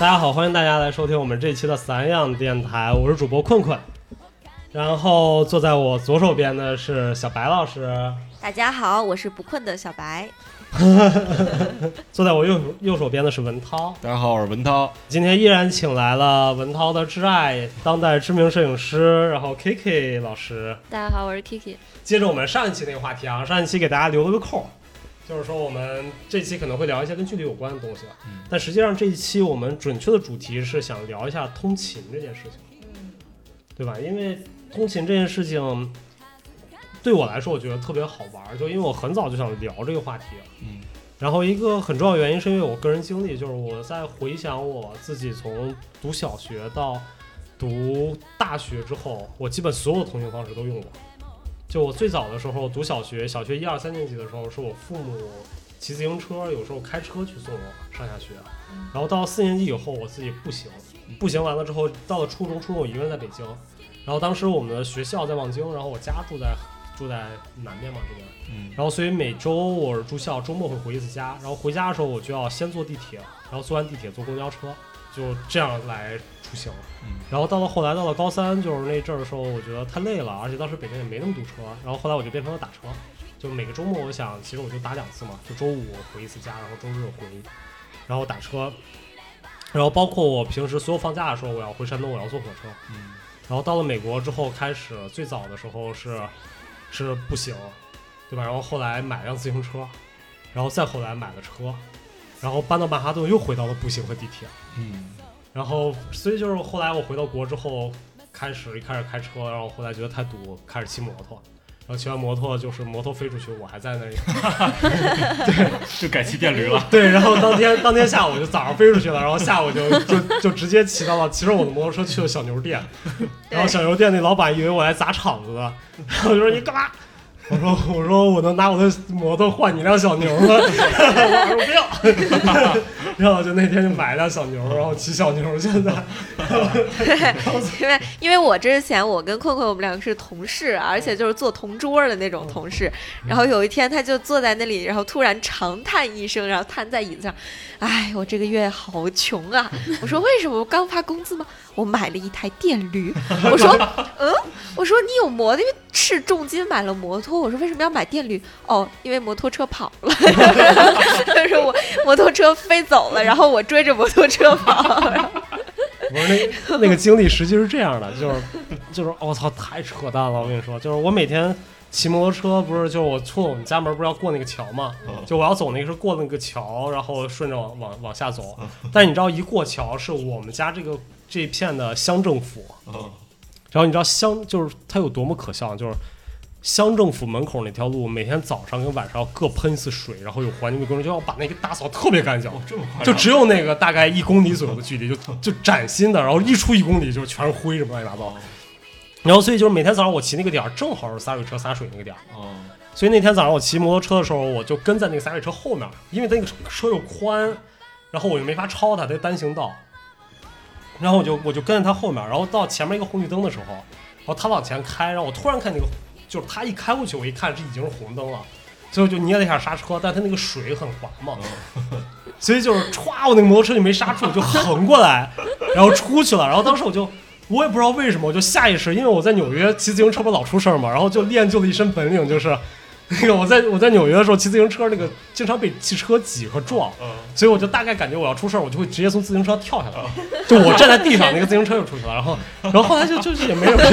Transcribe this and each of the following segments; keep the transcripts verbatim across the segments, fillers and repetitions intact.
大家好，欢迎大家来收听我们这期的散养电台，我是主播困困。然后坐在我左手边的是小白老师。 大家好，我是不困的小白。 坐在我右右手边的是文涛。 大家好，我是文涛。 今天依然请来了文涛的挚爱，当代知名摄影师，然后 K K 老师。 大家好，我是 Kiki。 接着我们上一期那个话题啊，上一期给大家留了个扣，就是说我们这期可能会聊一些跟距离有关的东西，嗯、但实际上这一期我们准确的主题是想聊一下通勤这件事情，嗯、对吧？因为通勤这件事情对我来说我觉得特别好玩，就因为我很早就想聊这个话题，嗯，然后一个很重要的原因是因为我个人经历，就是我在回想我自己从读小学到读大学之后，我基本所有的通勤方式都用过。就我最早的时候读小学，小学一二三年级的时候，是我父母骑自行车，有时候开车去送我上下学。然后到了四年级以后，我自己步行，步行完了之后，到了初中，初中我一个人在北京。然后当时我们的学校在望京，然后我家住在住在南边嘛这边。嗯。然后所以每周我是住校，周末会回一次家。然后回家的时候，我就要先坐地铁，然后坐完地铁坐公交车，就这样来出行。然后到了后来，到了高三，就是那阵儿的时候，我觉得太累了，而且当时北京也没那么堵车。然后后来我就变成了打车，就每个周末我想，其实我就打两次嘛，就周五回一次家，然后周日回，然后打车。然后包括我平时所有放假的时候，我要回山东，我要坐火车。嗯。然后到了美国之后，开始最早的时候是是步行，对吧？然后后来买辆自行车，然后再后来买了车，然后搬到曼哈顿又回到了步行和地铁。嗯。然后，所以就是后来我回到国之后，开始一开始开车，然后后来觉得太堵，开始骑摩托，然后骑完摩托就是摩托飞出去，我还在那里，对， 就改骑电驴了。 对，然后当天当天下午就早上飞出去了，然后下午就就就直接骑到了，骑着我的摩托车去了小牛店，然后小牛店那老板以为我来砸场子的，然后就说你干嘛？我说我说我能拿我的摩托换你辆小牛吗？我说不要。然后就那天就买一辆小牛，然后骑小牛。现在， 因为因为我之前我跟困困我们两个是同事，而且就是坐同桌的那种同事。然后有一天他就坐在那里，然后突然长叹一声，然后瘫在椅子上，哎，我这个月好穷啊！我说为什么？我刚发工资吗？我买了一台电驴。我说嗯，我说你有摩托，因为斥重金买了摩托。我说为什么要买电驴？哦，因为摩托车跑了。他说我摩托车飞走了，然后我追着摩托车跑。 不是那那个经历实际是这样的，就是就是我、哦、操，太扯淡了！我跟你说，就是我每天骑摩托车，不是就是我出了我们家门，不是要过那个桥吗？就我要走那个是过那个桥，然后顺着往往往下走。但是你知道，一过桥是我们家这个这一片的乡政府。然后你知道乡就是它有多么可笑，就是乡政府门口那条路每天早上跟晚上要各喷一次水，然后有环境的工人就要把那个打扫特别干净。 这么快？ 就只有那个大概一公里左右的距离，就就崭新的，然后一出一公里就全是灰什么乱七八糟。然后所以就是每天早上我骑那个点儿，正好是洒水车洒水那个点儿。哦。所以那天早上我骑摩托车的时候，我就跟在那个洒水车后面，因为那个车又宽，然后我又没法超它，它单行道。然后我就我就跟着他后面，然后到前面一个红绿灯的时候，然后他往前开，然后我突然看那个，就是他一开过去，我一看是已经是红灯了，所以我就捏了一下刹车，但他那个水很滑嘛，所以就是歘，我那个摩托车就没刹住，就横过来，然后出去了。然后当时我就我也不知道为什么，我就下意识，因为我在纽约骑自行车不老出事嘛，然后就练就了一身本领，就是那个我在我在纽约的时候骑自行车，那个经常被汽车挤和撞，所以我就大概感觉我要出事，我就会直接从自行车跳下来，就我站在地上，那个自行车就出去了，然后然后后来就就是也没有，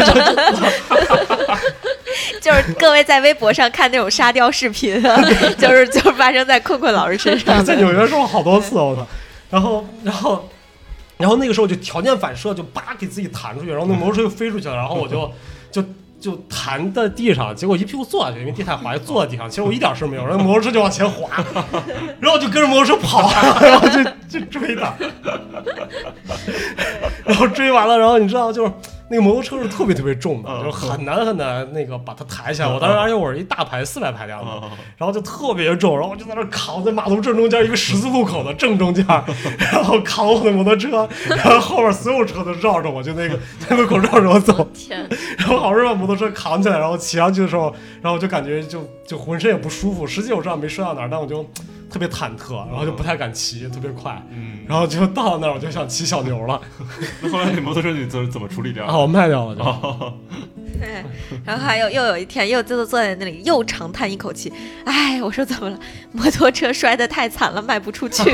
就是各位在微博上看那种沙雕视频啊，就是就是发生在困困老师身上， 在纽约时候好多次我操，然后然后然后那个时候就条件反射就叭给自己弹出去，然后那摩托车就飞出去了，然后我就就。就弹在地上，结果一屁股坐下去，因为地太滑，就坐在地上。其实我一点事没有，然后摩托车就往前滑，然后就跟着摩托车跑，然后就就追他，然后追完了，然后你知道，就是那个摩托车是特别特别重的，就是很难很难那个把它抬起来。我当时而且我是一大排四百排量的，然后就特别重，然后我就在那扛在马路正中间一个十字路口的正中间，然后扛我的摩托车，然后后面所有车都绕着我，就那个在路口绕着我走，然后好不容易把摩托车扛起来，然后骑上去的时候，然后我就感觉就就浑身也不舒服。实际我知道没摔到哪儿，但我就特别忐忑，然后就不太敢骑，特别快。 嗯， 然后就到那儿我就想骑小牛了。 那后来那摩托车你怎怎么处理掉？ 啊，我卖掉了就。 哦对，然后还有又有一天又坐坐在那里又长叹一口气，哎，我说怎么了？摩托车摔得太惨了，卖不出去。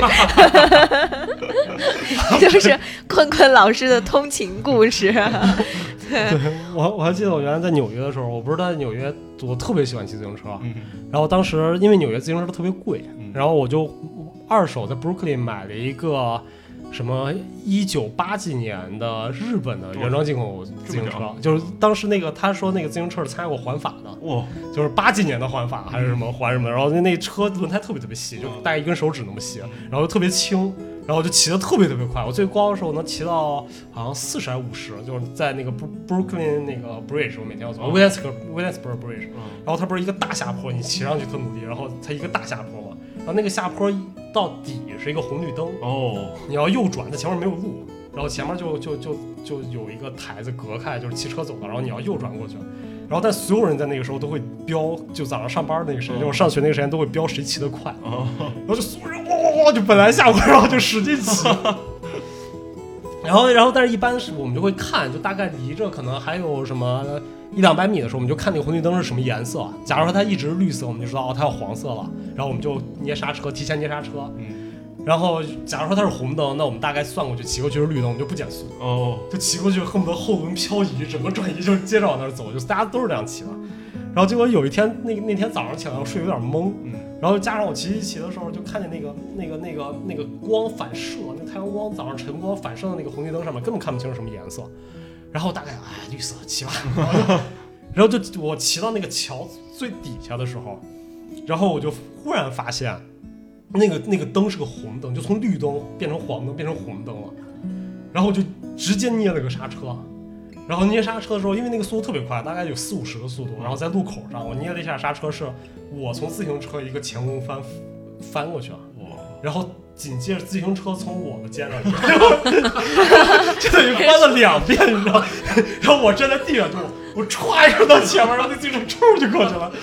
就是困困老师的通勤故事。对， 对我我还记得我原来在纽约的时候，我不是在纽约，我特别喜欢骑自行车。 嗯、 然后当时因为纽约自行车特别贵， 嗯、 然后我就二手在 Brooklyn 买了一个。什么一九八几年的日本的原装进口自行车，就是当时那个他说那个自行车是参加过环法的，哇，就是八几年的环法还是什么环什么，然后那那车轮胎特别特别细，就大概一根手指那么细，然后又特别轻，然后就骑得特别特别快，我最高的时候能骑到好像四十还五十，就是在那个 Brooklyn 那个 Bridge， 我每天要走 Williamsburg Williamsburg Bridge， 然后它不是一个大下坡，你骑上去特努力，然后它一个大下坡嘛，然后那个下坡到底是一个红绿灯哦，你要右转，它前面没有路，然后前面就就就就有一个台子隔开，就是汽车走的，然后你要右转过去，然后但所有人在那个时候都会标，就早上上班那个时间，就我上学那个时间都会标谁骑得快，哦，然后就所有人哇哇哇就本来下坡，然后就使劲骑。然后，然后，但是一般是我们就会看，就大概离着可能还有什么一两百米的时候，我们就看那个红绿灯是什么颜色。假如说它一直绿色，我们就知道哦，它要黄色了，然后我们就捏刹车，提前捏刹车。嗯。然后，假如说它是红灯，那我们大概算过去，骑过去是绿灯，我们就不减速。哦。就骑过去，恨不得后轮漂移，整个转移就接着往那儿走，就大家都是这样骑的。然后结果有一天，那那天早上起来我睡有点懵。嗯。然后加上我骑骑骑的时候，就看见那个那个那个那个光反射，那个太阳光早上晨光反射的那个红绿灯上面，根本看不清是什么颜色。然后大概哎绿色骑吧，然后就我骑到那个桥最底下的时候，然后我就忽然发现，那个那个灯是个红灯，就从绿灯变成黄灯变成红灯了，然后我就直接捏了个刹车。然后捏刹车的时候，因为那个速度特别快，大概有四五十的速度，然后在路口上，我捏了一下刹车，是我从自行车一个前空翻翻过去了，然后紧接着自行车从我的肩上，就等于翻了两遍，你知道？然后我站在地上，就我歘一下到前面，然后那自行车冲就过去了，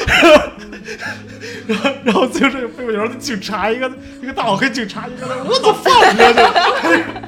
然后然后自行车就飞过去，然后那警察一个一个大老黑警察一个，我操放着就。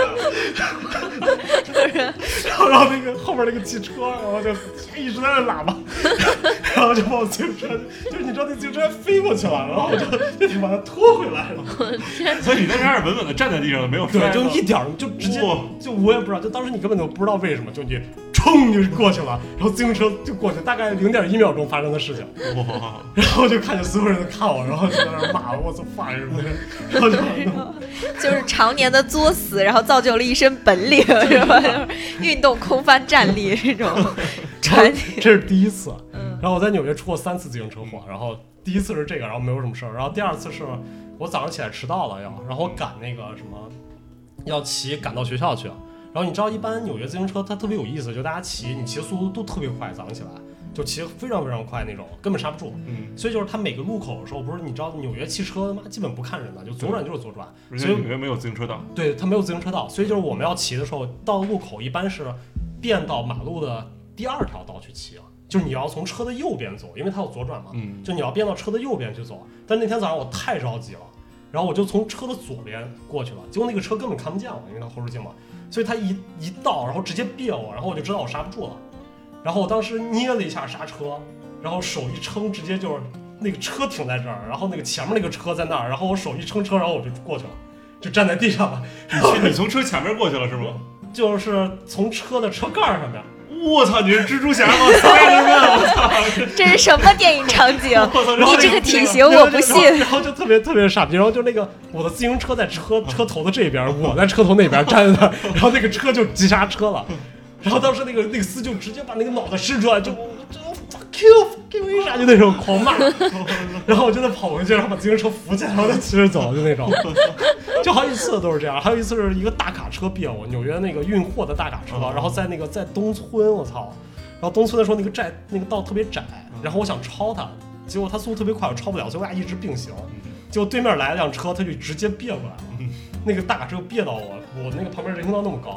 然后，然后那个后面那个汽车，然后就一直在那喇叭，然后就把我自行车，就是你知道那自行车飞过去了，然后我就就得把它拖回来了。 所以你在这儿稳稳的站在地上，没有摔， 对，就一点就直接，就我也不知道，就当时你根本就不知道为什么，就你冲就过去了，然后自行车就过去，大概零点一秒钟发生的事情。哇！然后就看见所有人都看我，然后就在那儿骂我，我操，fuck什么的，然后就就是常年的作死，然后造就了一身本领，是吧？运动空翻站立这种传奇， 这是第一次。然后我在纽约出过三次自行车祸，然后第一次是这个，然后没有什么事儿，然后第二次是我早上起来迟到了要，然后我赶那个什么要骑赶到学校去，然后你知道一般纽约自行车它特别有意思，就大家骑你骑的速度都特别快，早上起来就骑得非常非常快那种，根本刹不住。嗯，所以就是它每个路口的时候，不是你知道纽约汽车妈基本不看人的，就左转就是左转。 所以纽约没有自行车道。 对，它没有自行车道，所以就是我们要骑的时候，到路口一般是变到马路的第二条道去骑，就是你要从车的右边走，因为它有左转嘛。嗯，就你要变到车的右边去走。但那天早上我太着急了，然后我就从车的左边过去了，结果那个车根本看不见我，因为它后视镜嘛，所以它一一到，然后直接别我，然后我就知道我刹不住了。然后我当时捏了一下刹车，然后手一撑，直接就是那个车停在这儿，然后那个前面那个车在那儿，然后我手一撑车，然后我就过去了，就站在地上了。 你你从车前面过去了是吗？ 就是从车的车盖上面。 我操！你是蜘蛛侠吗？我操！ 这是什么电影场景？你这个体型我不信。 然后就特别特别傻逼，然后就那个我的自行车在车车头的这边，我在车头那边站在那儿，然后那个车就急刹车了。然后当时那个那个司就直接把那个脑袋伸出来，就就 fuck you fuck you 为啥就那种狂骂，然后我就在跑回去，然后把自行车扶起来，然后再骑着走，就那种，就好几次都是这样。还有一次是一个大卡车别我，纽约那个运货的大卡车，然后在那个在东村，我操，然后东村的时候那个窄那个道特别窄，然后我想超它，结果它速度特别快，我超不了，所以我俩一直并行，结果对面来了辆车，他就直接别过来了，那个大卡车别到我，我那个旁边人行道那么高。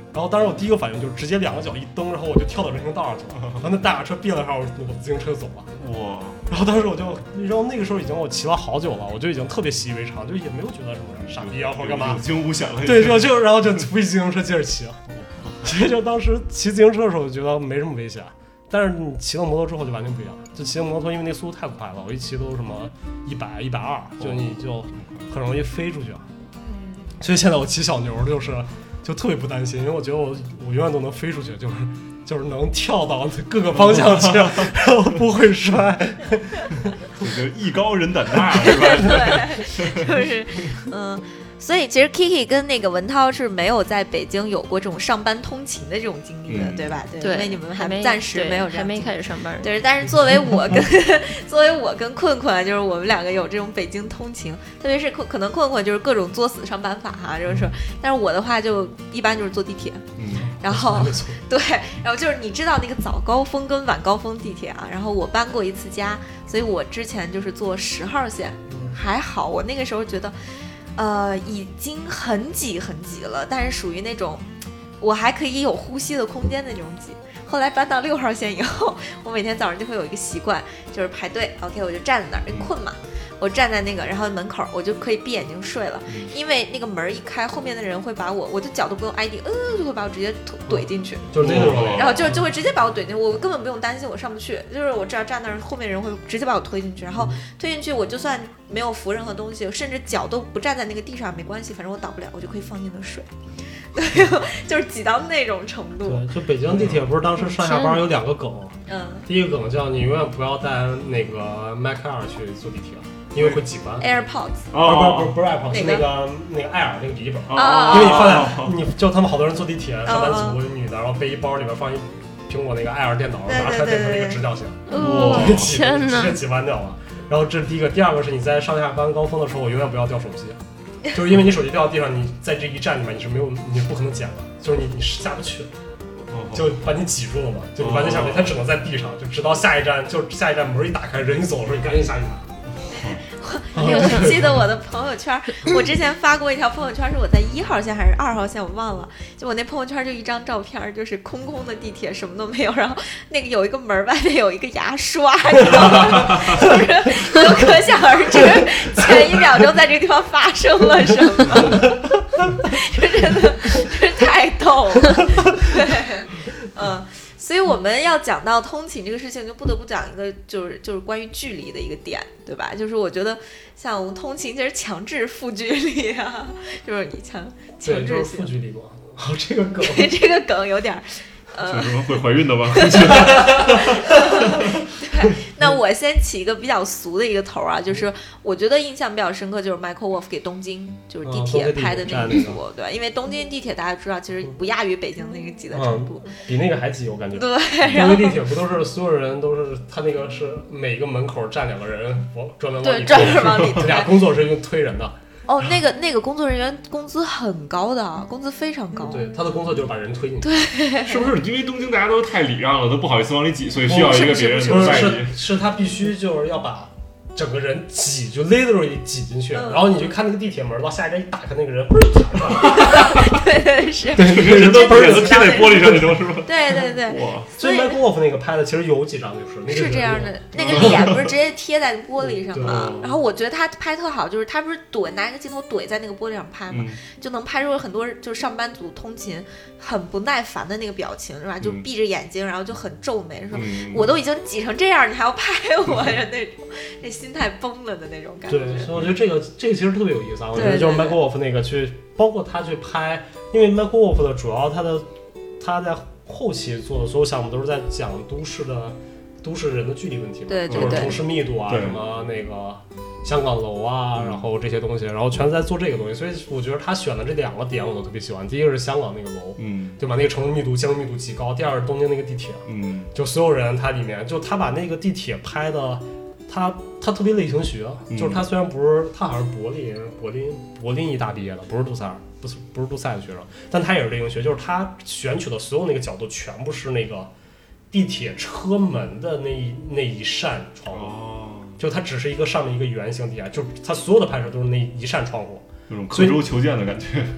然后当时我第一个反应就是直接两个脚一蹬，然后我就跳到人行道上去了，然后那大卡车别了上，我我自行车就走了。 哇！ 然后当时我就，然后那个时候已经我骑了好久了，我就已经特别习以为常，就也没有觉得什么傻逼啊或者干嘛， 有惊无险了。 对，就就然后就扶起自行车接着骑。所以就当时骑自行车的时候，我觉得没什么危险。但是你骑到摩托之后就完全不一样，就骑摩托，因为那速度太快了，我一骑都什么一百、一百二，就你就很容易飞出去。所以现在我骑小牛就是就特别不担心，因为我觉得我我永远都能飞出去，就是就是能跳到各个方向去，然后不会摔。 这个艺高人胆大，是吧？ 对，就是嗯。所以其实 Kiki 跟那个文涛是没有在北京有过这种上班通勤的这种经历的，嗯、对吧？对， 对， 因为你们还暂时没有这样， 还没开始上班。 对，但是作为我跟作为我跟困困，就是我们两个有这种北京通勤，特别是可能困困就是各种作死上班法哈，就是，但是我的话就一般就是坐地铁， 嗯， 然后对，然后就是你知道那个早高峰跟晚高峰地铁啊，然后我搬过一次家，所以我之前就是坐十号线，还好，我那个时候觉得。呃，已经很挤很挤了，但是属于那种我还可以有呼吸的空间的那种挤。后来搬到六号线以后，我每天早上就会有一个习惯，就是排队 OK 我就站在那儿，因为困嘛，我站在那个然后门口我就可以闭眼睛睡了，因为那个门一开，后面的人会把我我的脚都不用挨地，呃就会把我直接怼进去， 就是那种， 然后就就会直接把我怼进去，我根本不用担心我上不去，就是我只要站那儿，后面人会直接把我推进去，然后推进去我就算没有扶任何东西，甚至脚都不站在那个地上没关系，反正我倒不了，我就可以放心的睡。对，就是挤到那种程度。 对，就北京地铁不是当时上下班有两个梗， 嗯， 第一个梗叫你永远不要带那个 Mac Air 去坐地铁，因为会挤关。 AirPods， 哦，不是不是不是 AirPods， 是那个那个 Air 那个笔记本， 哦， 因为你放在你就他们好多人坐地铁，上班族女的，然后背一包里边放一苹果那个 Air 电脑，拿出来变成一个直角形， 哇，天哪， 直接挤弯掉了。然后这是第一个，第二个是你在上下班高峰的时候，我永远不要掉手机。就是因为你手机掉到地上，你在这一站里面你是没有，你不可能捡的，就是你你下不去，就把你挤住了嘛，就完全下不去，它只能在地上，就直到下一站，就下一站门一打开，人一走的时候，你赶紧下去拿。 我记得我的朋友圈，我之前发过一条朋友圈，是我在一号线还是二号线，我忘了。就我那朋友圈就一张照片，就是空空的地铁，什么都没有，然后那个有一个门外面有一个牙刷，你知道吗？就是就可想而知，前一秒钟在这个地方发生了什么，就真的就是太逗了，对，嗯。所以我们要讲到通勤这个事情，就不得不讲一个，就是就是关于距离的一个点，对吧？就是我觉得像我们通勤就是强制负距离啊，就是你强强制性， 对，就是负距离嘛。哦，这个梗， 对，这个梗有点。 呃，什么会怀孕的吗？ 对，那我先起一个比较俗的一个头啊，就是我觉得印象比较深刻，就是 Michael Wolff 给东京就是地铁拍的那个图，哦、对吧？因为东京地铁大家知道，其实不亚于北京那个挤的程度、 嗯，比那个还挤，我感觉。 对， 东京地铁不都是所有人都是，他那个是每个门口站两个人，我专门往里推， 对，专门往里推， 俩工作人员推人的。 哦，那个那个工作人员工资很高的，工资非常高。 对，他的工作就是把人推进去。 对， 是不是因为东京大家都太礼让了，都不好意思往里挤，所以需要一个别人的代理？是，是他必须就是要把整个人挤，就 literally 挤进去， 嗯、 然后你就看那个地铁门，到下一站一打开，那个人嘣儿弹上来。对对是。 对，那个人都嘣儿都贴在玻璃上那种，是吧？ 对对对。 哇！ 所以 Michael Wolff 那个拍的其实有几张就是那个是这样的，那个脸不是直接贴在玻璃上吗？然后我觉得他拍特好，就是他不是怼拿一个镜头怼在那个玻璃上拍嘛， 嗯、 就能拍出很多就是上班族通勤很不耐烦的那个表情，是吧？就闭着眼睛，然后就很皱眉，说、 嗯、 我都已经挤成这样，你还要拍我呀？那种那心态崩了的那种感觉。 对，所以我觉得这个这个其实特别有意思啊。我觉得就是 Michael Wolff 那个去，包括他去拍，因为 Michael Wolff 的主要他的他在后期做的所有项目都是在讲都市的都市人的距离问题嘛， 对对对， 就是城市密度啊，什么那个香港楼啊，然后这些东西，然后全是在做这个东西。所以我觉得他选的这两个点我都特别喜欢。第一个是香港那个楼， 嗯， 对吧？那个城市密度、建筑密度极高。第二是东京那个地铁， 嗯， 就所有人他里面就他把那个地铁拍的。他他特别类型学，就是他虽然不是他好像是柏林柏林柏林医大毕业的，不是杜塞尔，不是不是杜塞的学生，但他也是类型学，就是他选取的所有那个角度全部是那个地铁车门的那一那一扇窗户， 哦， 就它只是一个上面一个圆形底下，就是他所有的拍摄都是那一扇窗户， 那种刻舟求剑的感觉。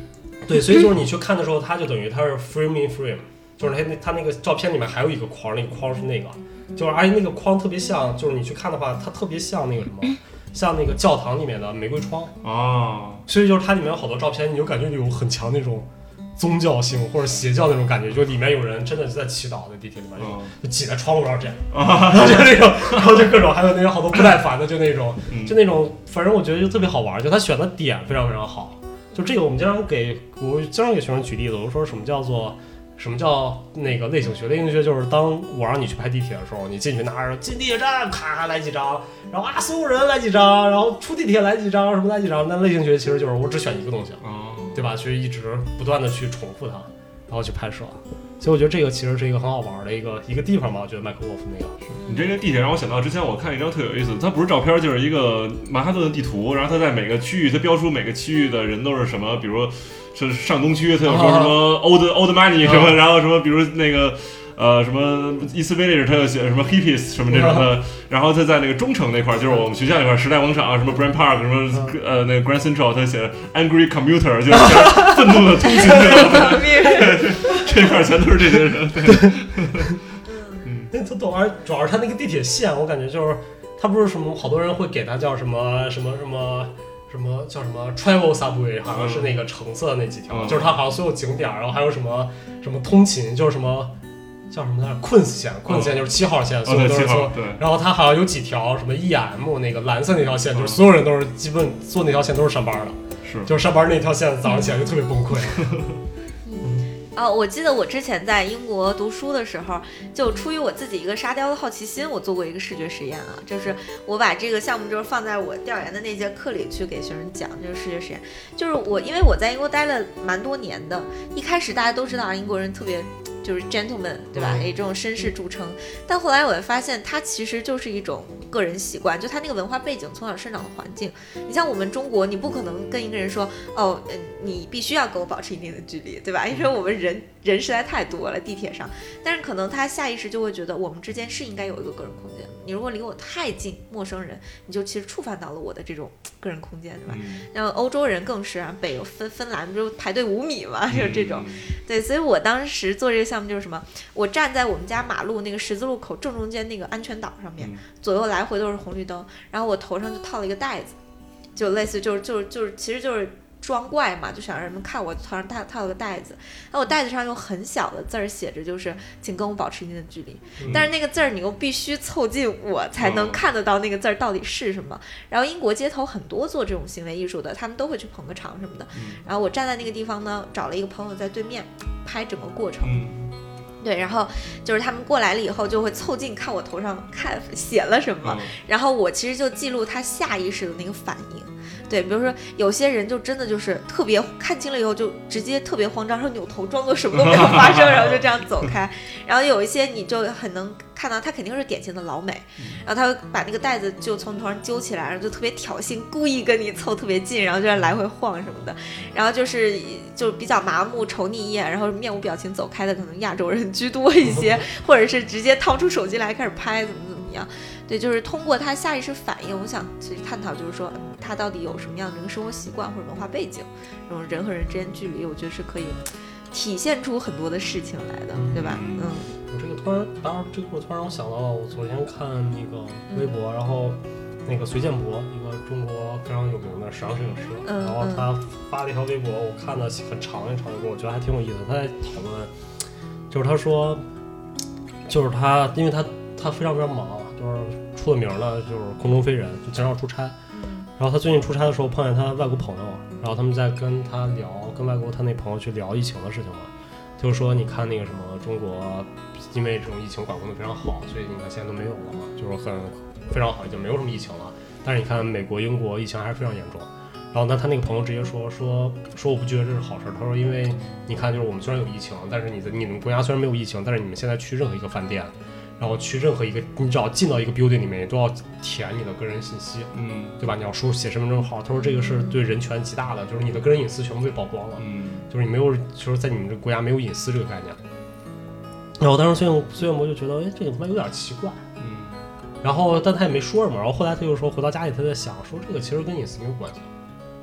对，所以就是你去看的时候，它就等于它是 frame in frame， 就是它那它那个照片里面还有一个框，那个框是那个，就是而且那个框特别像，就是你去看的话，它特别像那个什么，像那个教堂里面的玫瑰窗啊， 所以就是它里面有好多照片，你就感觉有很强那种宗教性或者邪教那种感觉，就里面有人真的是在祈祷，在地铁里面就挤在窗户上这样，然后就那种，然后就各种，还有那种好多不耐烦的，就那种，就那种，反正我觉得就特别好玩，就他选的点非常非常好。就这个，我们经常给我经常给学生举例子，我说什么叫做什么叫那个类型学？类型学就是当我让你去拍地铁的时候，你进去拿着进地铁站，咔来几张，然后啊所有人来几张，然后出地铁来几张，什么来几张。那类型学其实就是我只选一个东西，对吧？所以一直不断的去重复它，然后去拍摄。所以我觉得这个其实是一个很好玩的一个一个地方吧。我觉得麦克沃夫那个， 你这个地铁让我想到之前我看一张特有意思，它不是照片，就是一个曼哈顿的地图，然后它在每个区域，它标出每个区域的人都是什么，比如是上东区，它有说什么 old old money 什么，然后什么比如那个。呃，什么 East Village 它有写什么 hippies 什么这种的，然后它在那个中城那块，就是我们学校那块，时代广场什么 Brand Park 什么呃那个 Grand Central， 它写 Angry Commuter， 就是愤怒的通勤者，这块全都是这些人。对， 嗯，那他懂，而主要是他那个地铁线，我感觉就是他不是什么，好多人会给他叫什么什么什么。什么叫什么 travel subway， 好像是那个橙色的那几条，嗯、就是它好像所有景点，然后还有什么什么通勤，就是什么叫什么来着 Queens 线 ，Queens 线就是七号线，所有都是坐、哦。然后它好像有几条什么 E M 那个蓝色那条线，嗯、就是所有人都是基本坐那条线都是上班的， 是， 就是上班那条线早上起来就特别崩溃。 哦，我记得我之前在英国读书的时候，就出于我自己一个沙雕的好奇心，我做过一个视觉实验啊，就是我把这个项目就是放在我调研的那节课里去给学生讲，就是视觉实验。就是我因为我在英国待了蛮多年的，一开始大家都知道英国人特别就是 gentleman， 对吧？以这种绅士著称，但后来我会发现，它其实就是一种个人习惯，就他那个文化背景从小生长的环境。你像我们中国，你不可能跟一个人说，哦，嗯，你必须要跟我保持一定的距离，对吧？因为我们人人实在太多了，地铁上。但是可能他下意识就会觉得，我们之间是应该有一个个人空间。你如果离我太近，陌生人，你就其实触犯到了我的这种个人空间，对吧？嗯、然后欧洲人更是啊，北芬芬兰就排队五米嘛，就是这种。对，所以我当时做这个项目就是什么，我站在我们家马路那个十字路口正中间那个安全岛上面，左右来回都是红绿灯，然后我头上就套了一个袋子，就类似就是就是就是其实就是装怪嘛，就想让人们看我头上套套了个袋子，然后我袋子上用很小的字儿写着就是请跟我保持一定的距离，但是那个字儿你又必须凑近我才能看得到那个字儿到底是什么。然后英国街头很多做这种行为艺术的，他们都会去捧个场什么的，然后我站在那个地方呢，找了一个朋友在对面拍整个过程。对，然后就是他们过来了以后就会凑近看我头上看写了什么，然后我其实就记录他下意识的那个反应。对，比如说有些人就真的就是特别看清了以后就直接特别慌张，然后扭头装作什么都没有发生，然后就这样走开。然后有一些你就很能看到他肯定是典型的老美，然后他会把那个袋子就从头上揪起来，然后就特别挑衅，故意跟你凑特别近，然后就在来回晃什么的。然后就是就比较麻木瞅你一眼，然后面无表情走开的可能亚洲人居多一些，或者是直接掏出手机来开始拍怎么怎么样。对，就是通过他下意识反应，我想其实探讨就是说，嗯，他到底有什么样的一个生活习惯或者文化背景，这种人和人之间距离，我觉得是可以体现出很多的事情来的，对吧？嗯。 我这个突然，当然这个我突然让我想到了，我昨天看那个微博，嗯、然后那个隋建博，一个中国非常有名的时尚摄影师，嗯、然后他发了一条微博，我看了很长一长微博，我觉得还挺有意思。他在讨论，就是他说，就是他，因为他他非常非常忙，就是出了名的，就是空中飞人，就经常出差。然后他最近出差的时候碰见他外国朋友，然后他们在跟他聊，跟外国他那朋友去聊疫情的事情嘛，就是说你看那个什么中国，因为这种疫情管控的非常好，所以你看现在都没有了嘛，就是很非常好，已经没有什么疫情了。但是你看美国、英国疫情还是非常严重。然后呢，他那个朋友直接说说说我不觉得这是好事。他说因为你看，就是我们虽然有疫情，但是你的你们国家虽然没有疫情，但是你们现在去任何一个饭店。然后去任何一个，你只要进到一个 building 里面，都要填你的个人信息，嗯，对吧？你要输写身份证号。他说这个是对人权极大的，就是你的个人隐私全部被曝光了，嗯，就是你没有，就是在你们这个国家没有隐私这个概念。然后当时孙永孙永博就觉得，哎，这个他妈有点奇怪，嗯。然后但他也没说什么。然后后来他就说，回到家里他在想，说这个其实跟隐私没有关系。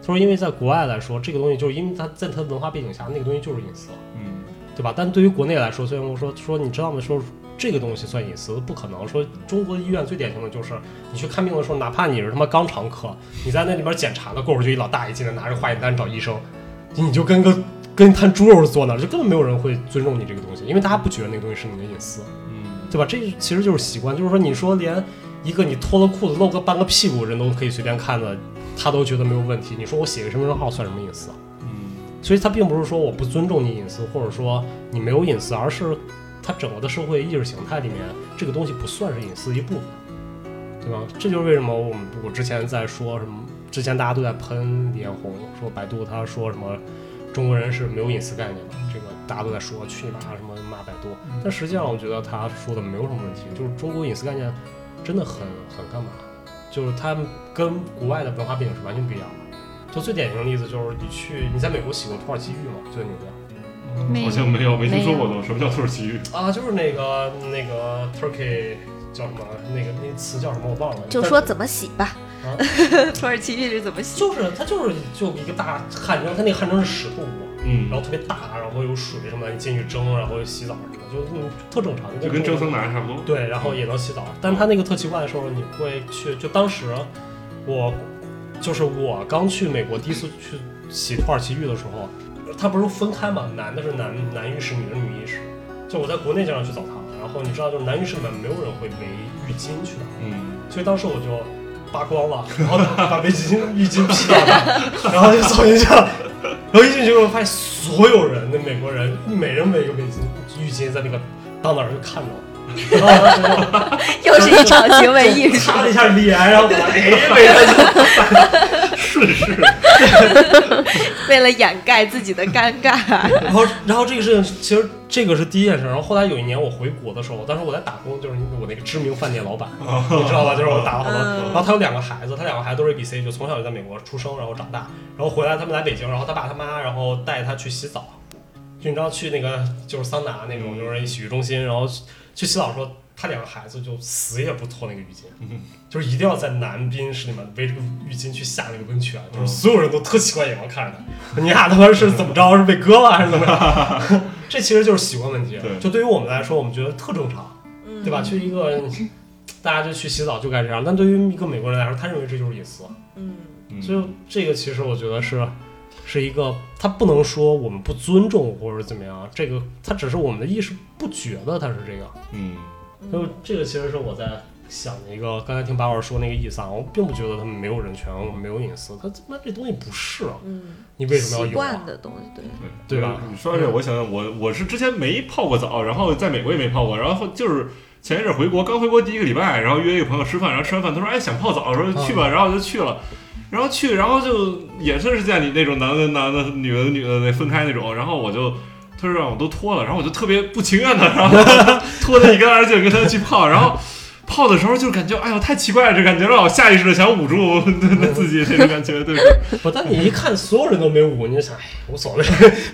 他说因为在国外来说，这个东西就是因为他在他的文化背景下，那个东西就是隐私， 嗯，对吧？但对于国内来说，虽然我说说你知道吗？说这个东西算隐私，不可能。说中国医院最典型的就是你去看病的时候，哪怕你是他妈肛肠科，你在那里边检查的，过会儿就一老大爷进来拿着化验单找医生，你就跟个跟摊猪肉坐那儿，就根本没有人会尊重你这个东西，因为大家不觉得那个东西是你的隐私， 嗯， 对吧？这其实就是习惯，就是说你说连一个你脱了裤子露个半个屁股人都可以随便看的，他都觉得没有问题。你说我写个身份证号算什么隐私？ 嗯， 所以他并不是说我不尊重你隐私，或者说你没有隐私，而是他整个的社会意识形态里面，这个东西不算是隐私一部分，对吧？这就是为什么我们我之前在说什么，之前大家都在喷李彦宏，说百度他说什么中国人是没有隐私概念的，这个大家都在说去你妈什么骂百度，但实际上我觉得他说的没有什么问题，就是中国隐私概念真的很很干嘛，就是他跟国外的文化背景是完全不一样的。就最典型的例子就是你去你在美国洗过土耳其浴吗？就在纽约。 好像没有，没听说过都。什么叫土耳其浴啊？就是那个那个 Turkey 叫什么？那个那个词叫什么？我忘了。 就说怎么洗吧。 啊， 土耳其浴是怎么洗？ 就是它就是就一个大汗蒸，它那个汗蒸是石头锅， 嗯， 然后特别大，然后有水什么的，你进去蒸，然后洗澡什么的，就嗯特正常， 就跟蒸桑拿差不多。 对，然后也能洗澡，但是它那个特奇怪的时候，你会去，就当时我就是我刚去美国第一次去洗土耳其浴的时候。它不是分开嘛？男的是男男浴室，女的是女浴室。就我在国内经常去澡堂，然后你知道，就是男浴室里面没有人会围浴巾去的， 嗯， 所以当时我就扒光了，然后把围巾浴巾披到它，然后就走进去了，然后一进去我发现所有人，那美国人每人围一个围巾浴巾在那个到哪儿就看着我，然后又是一场行为艺术， 擦了一下脸，然后把它哎围上去， 顺势。 为了掩盖自己的尴尬， 然后，然后这个事情其实这个是第一件事。然后后来有一年我回国的时候，当时我在打工，就是我那个知名饭店老板，你知道吧？就是我打了好多。然后他有两个孩子，他两个孩子都是 A B C， 就从小就在美国出生，然后长大，然后回来他们来北京，然后他爸他妈然后带他去洗澡，就你知道去那个就是桑拿那种，就是洗浴中心，然后去洗澡的时候。他两个孩子就死也不脱那个浴巾，嗯、就是一定要在男宾室里面围着个浴巾去下那个温泉，就是所有人都特奇怪眼光看着他，你俩他妈是怎么着？是被割了还是怎么样？这其实就是习惯问题。 对， 就对于我们来说，我们觉得特正常， 嗯、 对吧？去一个大家就去洗澡就该这样，但对于一个美国人来说，他认为这就是隐私。 嗯， 所以这个其实我觉得是。是一个，他不能说我们不尊重或者怎么样，这个他只是我们的意识不觉得他是这个， 嗯， 就这个其实是我在想的一个，刚才听八宝说那个意思啊，我并不觉得他们没有人权，我们没有隐私，他他妈这东西不是啊， 嗯， 你为什么要有、啊？ 习惯的东西，对对吧？ 你说到这，我想想，我我是之前没泡过澡，然后在美国也没泡过，然后就是前一阵回国，刚回国第一个礼拜，然后约一个朋友吃饭，然后吃完饭他说哎想泡澡，说去吧，然后我就去了。然后去，然后就也是像你那种男的男的、女的女的那分开那种，然后我就他说让我都脱了，然后我就特别不情愿的，然后脱得一干二净跟他去泡，然后泡的时候就感觉哎呦太奇怪了，这感觉让我下意识的想捂住自己那种感觉，对不对？ 不，但你一看所有人都没捂，你就想哎无所谓。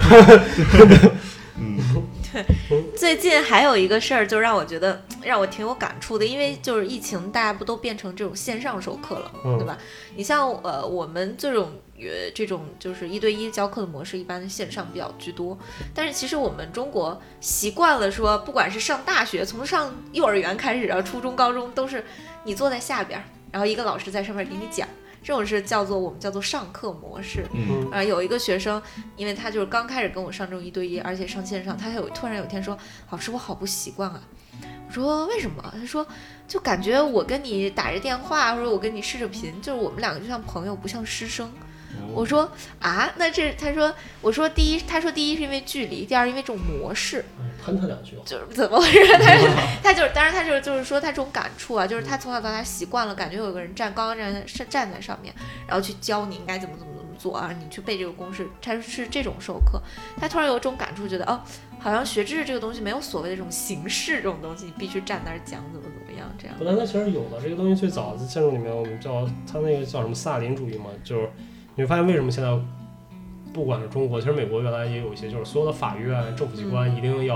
嗯， 对，最近还有一个事儿，就让我觉得让我挺有感触的，因为就是疫情，大家不都变成这种线上授课了， 嗯、 对吧？你像呃我们这种呃这种就是一对一教课的模式，一般线上比较居多。但是其实我们中国习惯了说，不管是上大学，从上幼儿园开始，然后初中、高中，都是你坐在下边，然后一个老师在上面给你讲。这种是叫做我们叫做上课模式， 嗯啊、呃，有一个学生，因为他就是刚开始跟我上这种一对一，而且上线上，他有突然有一天说，老师我好不习惯啊，我说为什么？他说就感觉我跟你打着电话，或者我跟你视着频，就是我们两个就像朋友，不像师生。我说啊，那这他说，我说第一，他说第一是因为距离，第二因为这种模式， 喷他两句， 就是怎么回事？他就他就是，当然他就是就是说他这种感触啊，就是他从小到大习惯了，感觉有个人站刚刚站在站在上面，然后去教你应该怎么怎么怎么做啊，你去背这个公式，他是这种授课。他突然有一种感触，觉得哦，好像学知识这个东西没有所谓的这种形式这种东西，你必须站那儿讲怎么怎么样这样。 不，但它其实有的这个东西最早在建筑里面，我们叫它那个叫什么斯大林主义嘛，就是你会发现为什么现在不管是中国，其实美国原来也有一些，就是所有的法院、政府机关一定要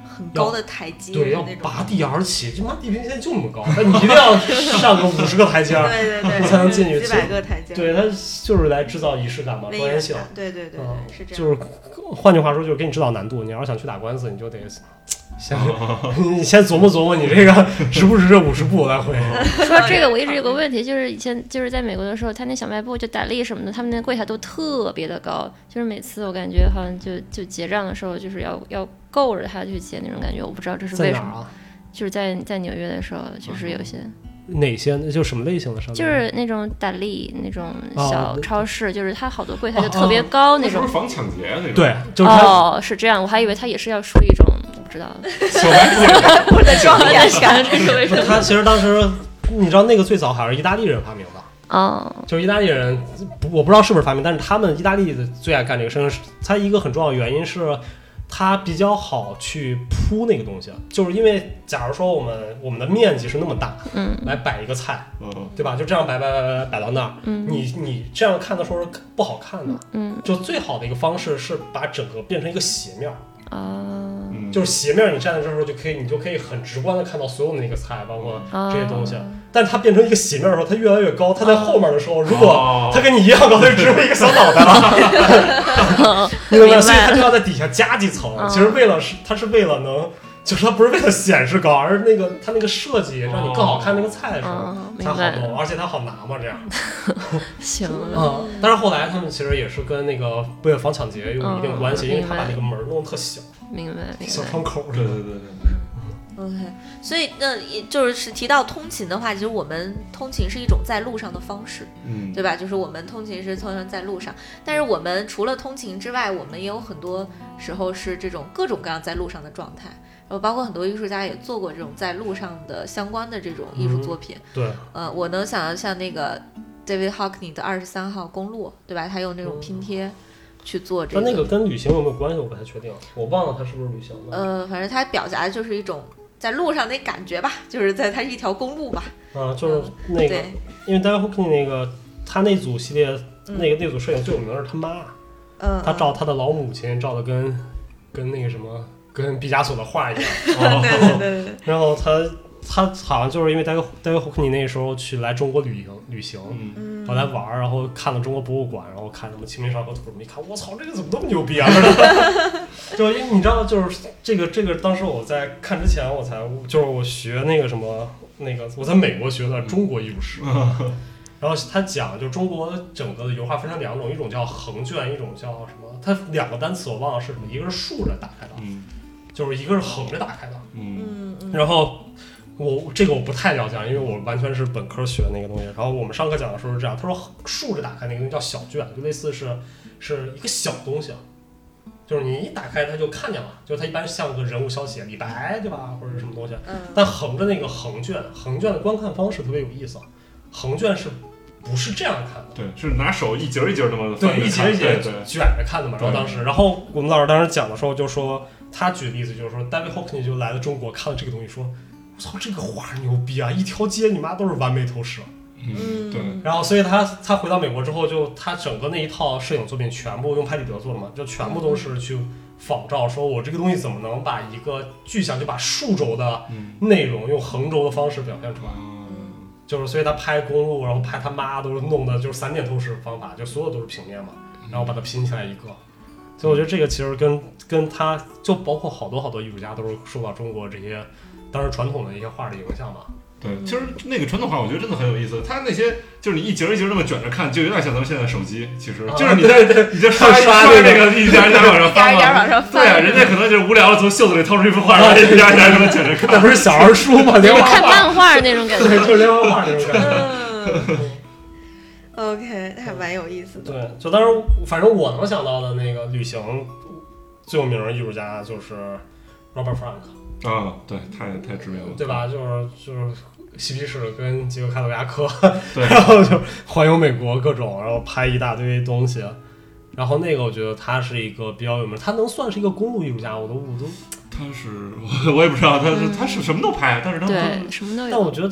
很高的台阶， 对，要拔地而起，这妈地平线就那么高，但你一定要上个五十个台阶， 对对对， 你才能进去， 几百个台阶， 对，它就是来制造仪式感嘛，庄严性， 对对对对， 嗯、 是这样。 就是换句话说，就是给你制造难度。你要是想去打官司，你就得先、哦、你先琢磨琢磨，你这个值不值这五十步来回。 说这个，我一直有个问题，就是以前就是在美国的时候，他那小卖部就打力什么的，他们那柜台都特别的高，就是每次我感觉好像就就结账的时候，就是要要够着他去结那种感觉，我不知道这是为什么。啊、就是在在纽约的时候，就是有些。 哪些？就什么类型的商店？ 就是那种打力那种小超市，哦、就是它好多柜台就特别高那种。 是不是防抢劫那种？ 对，就是哦，是这样，我还以为它也是要说一种，我不知道。 小卖部的庄严感， 这个为什么？ 他其实当时，你知道那个最早好像是意大利人发明的。 哦， 就是意大利人，我不知道是不是发明，但是他们意大利的最爱干这个事情。它一个很重要的原因是。它比较好去铺那个东西，就是因为假如说我们我们的面积是那么大， 嗯， 来摆一个菜， 嗯， 对吧？就这样摆摆摆摆摆到那儿， 嗯， 你你这样看的时候是不好看的， 嗯， 就最好的一个方式是把整个变成一个斜面， 啊， 就是斜面，你站在这时候就可以，你就可以很直观的看到所有的那个菜，包括这些东西。啊、但它变成一个斜面的时候，它越来越高，它在后面的时候，如果它跟你一样高，它就只有一个小脑袋了，你明白？所以它就要在底下加几层。其实为了是，它是为了能，就是它不是为了显示高，而是那个它那个设计让你更好看那个菜的时候才好弄，而且它好拿嘛，这样。 行了。 嗯，但是后来他们其实也是跟那个为了防抢劫有一定关系，因为他把那个门弄得特小， 明白，明白， 小窗口。 对对对对。 OK， 所以那也就是提到通勤的话，其实我们通勤是一种在路上的方式， 嗯， 对吧？就是我们通勤是通常在路上，但是我们除了通勤之外，我们也有很多时候是这种各种各样在路上的状态，然后包括很多艺术家也做过这种在路上的相关的这种艺术作品。 嗯、对， 呃，我能想到像那个 David Hockney 的二十三号公路，对吧？他用那种拼贴。去做这个， 但那个跟旅行有没有关系？我不太确定，我忘了他是不是旅行的。 呃，反正他表达的就是一种在路上那感觉吧，就是在它是一条公路吧。 啊，就是那个，嗯、因为 David Hockney 那个他那组系列，嗯、那个那组摄影最有名的是他妈， 嗯， 他照他的老母亲照的跟跟那个什么跟毕加索的画一样。 哦、对对对对。 然后他。他好像就是因为 David Hockney 那时候去来中国旅行旅行， 嗯， 然后来玩，然后看了中国博物馆，然后看什么《清明上河图》什么，一看我操，这个怎么那么牛逼啊！就因为你知道，就是这个这个，当时我在看之前，我才就是我学那个什么那个，我在美国学的中国艺术史，然后他讲就中国整个的油画分成两种，一种叫横卷，一种叫什么？它两个单词我忘了是什么，一个是竖着打开的， 嗯， 就是一个是横着打开的， 嗯嗯， 然后。我这个我不太了解，因为我完全是本科学的那个东西。然后我们上课讲的时候是这样，他说竖着打开那个东西叫小卷，就类似是是一个小东西，就是你一打开它就看见了，就它一般像个人物消息，李白对吧，或者什么东西。 嗯。 但横着那个横卷，横卷的观看方式特别有意思，横卷是不是这样看的？ 对，是拿手一节一节那么对，一节一节卷着看的嘛。然后当时，然后我们老师当时讲的时候就说，他举例子就是说 ，David Hockney 就来了中国，看了这个东西说。我操，这个画牛逼啊！一条街你妈都是完美透视。 嗯，对。 然后，所以他他回到美国之后就，就他整个那一套摄影作品全部用拍立得做的嘛，就全部都是去仿照，说我这个东西怎么能把一个具象，就把竖轴的内容用横轴的方式表现出来。 嗯， 就是所以他拍公路，然后拍他妈都是弄的就是三点透视方法，就所有都是平面嘛，然后把它拼起来一个。所以我觉得这个其实跟跟他就包括好多好多艺术家都是受到中国这些。当时传统的一些画的影响嘛， 对，其实那个传统画我觉得真的很有意思。它那些就是你一节一节那么卷着看，就有点像咱们现在手机，其实就是你在、啊、对对你在刷刷那个一点一点往上翻嘛，对啊，人家可能就是无聊了，从袖子里掏出一幅画，然后一点一点这么卷着看， 那不是小儿书吗？连环看漫画那种感觉， 对，就是连环画那种感觉。 嗯、OK， 还蛮有意思的。 对，就当时反正我能想到的那个旅行最有名的艺术家就是 Robert Frank。 啊，对，太太知名了， 对吧？就是就是嬉皮士跟几个凯鲁亚克， 对， 然后就环游美国各种，然后拍一大堆东西。然后那个我觉得他是一个比较有名，他能算是一个公路艺术家，我都我都。 他是我我也不知道，他是、嗯、他是什么都拍，但是他对什么都有。 但我觉得他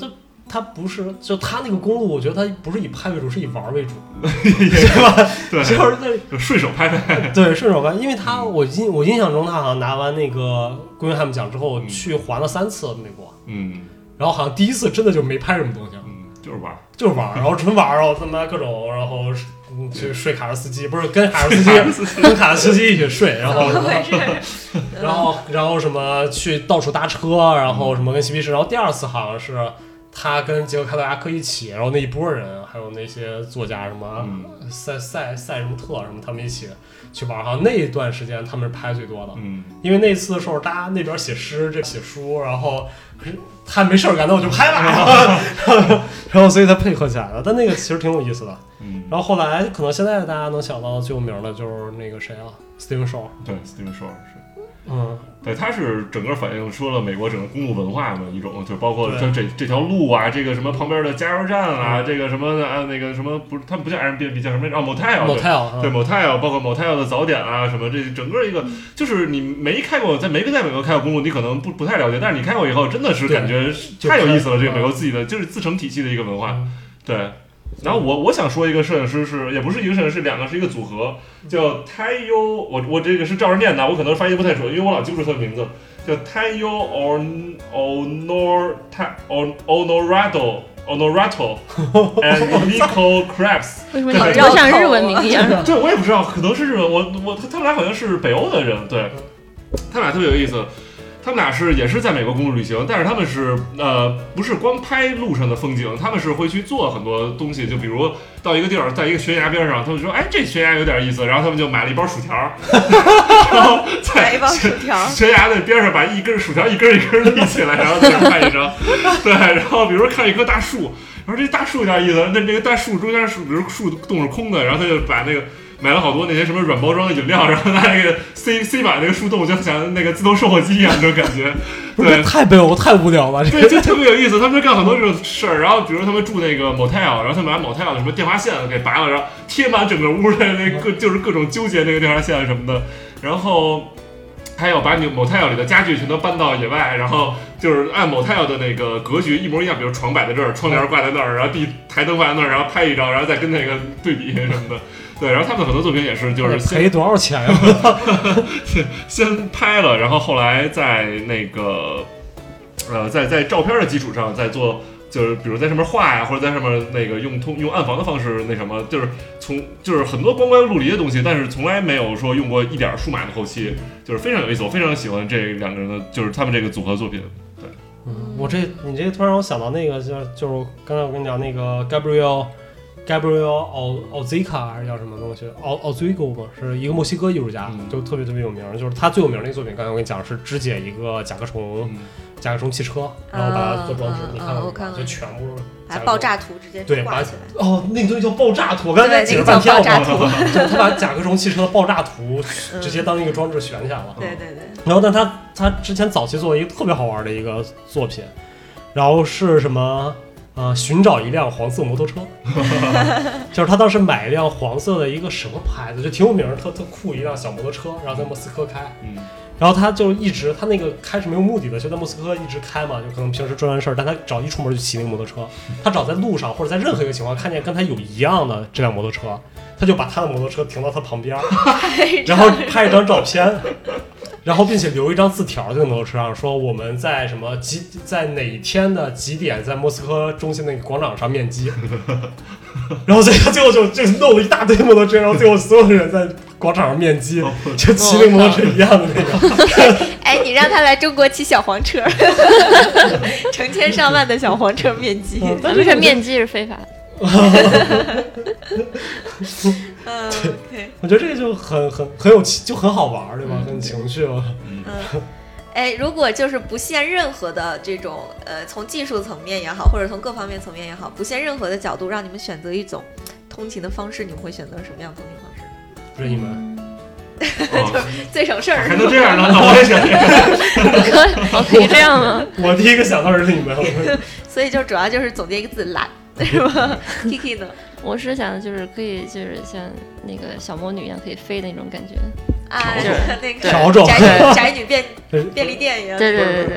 它不是，就它那个公路，我觉得它不是以拍为主，是以玩为主，对吧？ 对， 就是那顺手拍拍， 对，顺手拍。因为他我印我印象中，他好像拿完那个圭恩海姆奖之后，嗯、去环了三次美国， 嗯， 然后好像第一次真的就没拍什么东西， 嗯，就是玩， 就是玩，然后纯玩，然后他妈各种，然后去睡卡车司机，不是跟卡车司机跟卡车司机一起睡，然后什么，然后然后什么去到处搭车，然后什么跟嬉皮士，然后第二次好像是。他跟杰克凯特拉克一起，然后那一波人，还有那些作家什么塞塞塞什么特什么，他们一起去玩。好像那一段时间他们是拍最多的， 嗯， 因为那次的时候，大家那边写诗，这写书，然后他没事儿干，那我就拍吧，然后然后所以他配合起来了。但那个其实挺有意思的， 嗯。 然后后来可能现在大家能想到最有名的就是那个谁啊 ，Steven Shaw， 对 ，Steven Shaw 是。 嗯， 对，它是整个反映出了美国整个公路文化嘛，一种就包括这这这条路啊，这个什么旁边的加油站啊，嗯、这个什么啊那个什么不是，他们不叫 Airbnb， 叫什么啊 motel，motel， 对 motel， 包括 motel 的早点啊什么，这整个一个就是你没开过，在没在美国开过公路，你可能不不太了解，但是你开过以后，真的是感觉太有意思了。这个美国自己的就是自成体系的一个文化，嗯、对。然后我我想说一个摄影师是也不是一个摄影师，两个是一个组合，叫 Tayo， 我我这个是照着念的，我可能发音不太准，因为我老记不住他的名字，叫 Tayo Honor Honorado Honorato and Nico Krebs。 为什么你说像日文名一样？ 对，我也不知道，可能是日文。我我他们俩好像是北欧的人，对，他们俩特别有意思。他们俩是也是在美国公路旅行，但是他们是呃不是光拍路上的风景，他们是会去做很多东西，就比如到一个地儿，在一个悬崖边上，他们说哎这悬崖有点意思，然后他们就买了一包薯条，然后在一包薯条悬崖的边上把一根薯条一根一根立起来，然后在那拍一张，对，然后比如看一棵大树，然后这大树有点意思，那这个大树中间树比如树洞是空的，然后他就把那个。买了好多那些什么软包装的饮料，然后拿那个塞塞满那个树洞，就像那个自动售货机一样那种感觉。对， 太北欧太无聊了。 对，就特别有意思。他们就干很多这种事儿，然后比如他们住那个 motel， 然后他们把 motel 的什么电话线给拔了，然后贴满整个屋的那个就是各种纠结那个电话线什么的，然后还有把你 motel 里的家具全都搬到野外，然后就是按 motel 的那个格局一模一样，比如床摆在这儿，窗帘挂在那儿，然后地台灯挂在那儿，然后拍一张，然后再跟那个对比什么的。对，然后他们很多作品也是，就是赔多少钱呀、 啊？先拍了，然后后来在那个，呃，在在照片的基础上再做，就是比如在上面画呀，或者在上面那个用通用暗房的方式那什么，就是从就是很多光怪陆离的东西，但是从来没有说用过一点数码的后期，就是非常有意思。我非常喜欢这两个人的，就是他们这个组合作品。对， 嗯，我这你这突然让我想到那个，就就是刚才我跟你讲那个 Gabriel。Gabriel Ozica 还是叫什么东西 Ozigo 嘛，是一个墨西哥艺术家，嗯、就特别特别有名。就是他最有名的一个作品，刚才我跟你讲是肢解一个甲壳虫，嗯、甲壳虫汽车，然后把它做装置。 嗯、 你看我看就全部把爆炸图直接对挂起来。 哦，那个东西叫爆炸图，我刚才解释半天了。 就他把甲壳虫汽车的爆炸图直接当一个装置悬起来了。 对对对。 然后，但他他之前早期做了一个特别好玩的一个作品，然后是什么？呃，寻找一辆黄色摩托车，就是他当时买一辆黄色的一个什么牌子，就挺有名，特特酷一辆小摩托车，然后在莫斯科开， 嗯， 然后他就一直他那个开是没有目的的，就在莫斯科一直开嘛，就可能平时专完事儿，但他只要一出门就骑那个摩托车，他只要在路上或者在任何一个情况看见跟他有一样的这辆摩托车，他就把他的摩托车停到他旁边，然后拍一张照片。然后并且留一张字条在摩托车上，说我们在什么几在哪一天的几点在莫斯科中心那个广场上面基，然后最后最后就就弄了一大堆摩托车，然后最后所有人在广场上面基，就骑那个摩托车一样的那个。 哎，你让他来中国骑小黄车，成千上万的小黄车面基， 但是面基是非法的。 嗯， 我觉得这个就很很很有就很好玩，对吧？嗯、很情绪嘛。 嗯，哎，如果就是不限任何的这种呃，从技术层面也好，或者从各方面层面也好，不限任何的角度，让你们选择一种通勤的方式，你们会选择什么样的通勤方式？ 任意门。 就是最省事儿， 还能这样呢？那我也选这个。 可以这样吗？ 我第一个想到是任意门。 所以就主要就是总结一个字：懒。是吧 ？Kiki 呢？ 我是想的就是可以，就是像那个小魔女一样可以飞的那种感觉， 啊， 就是那个笤帚宅女宅女便便利店一样。 对对对对。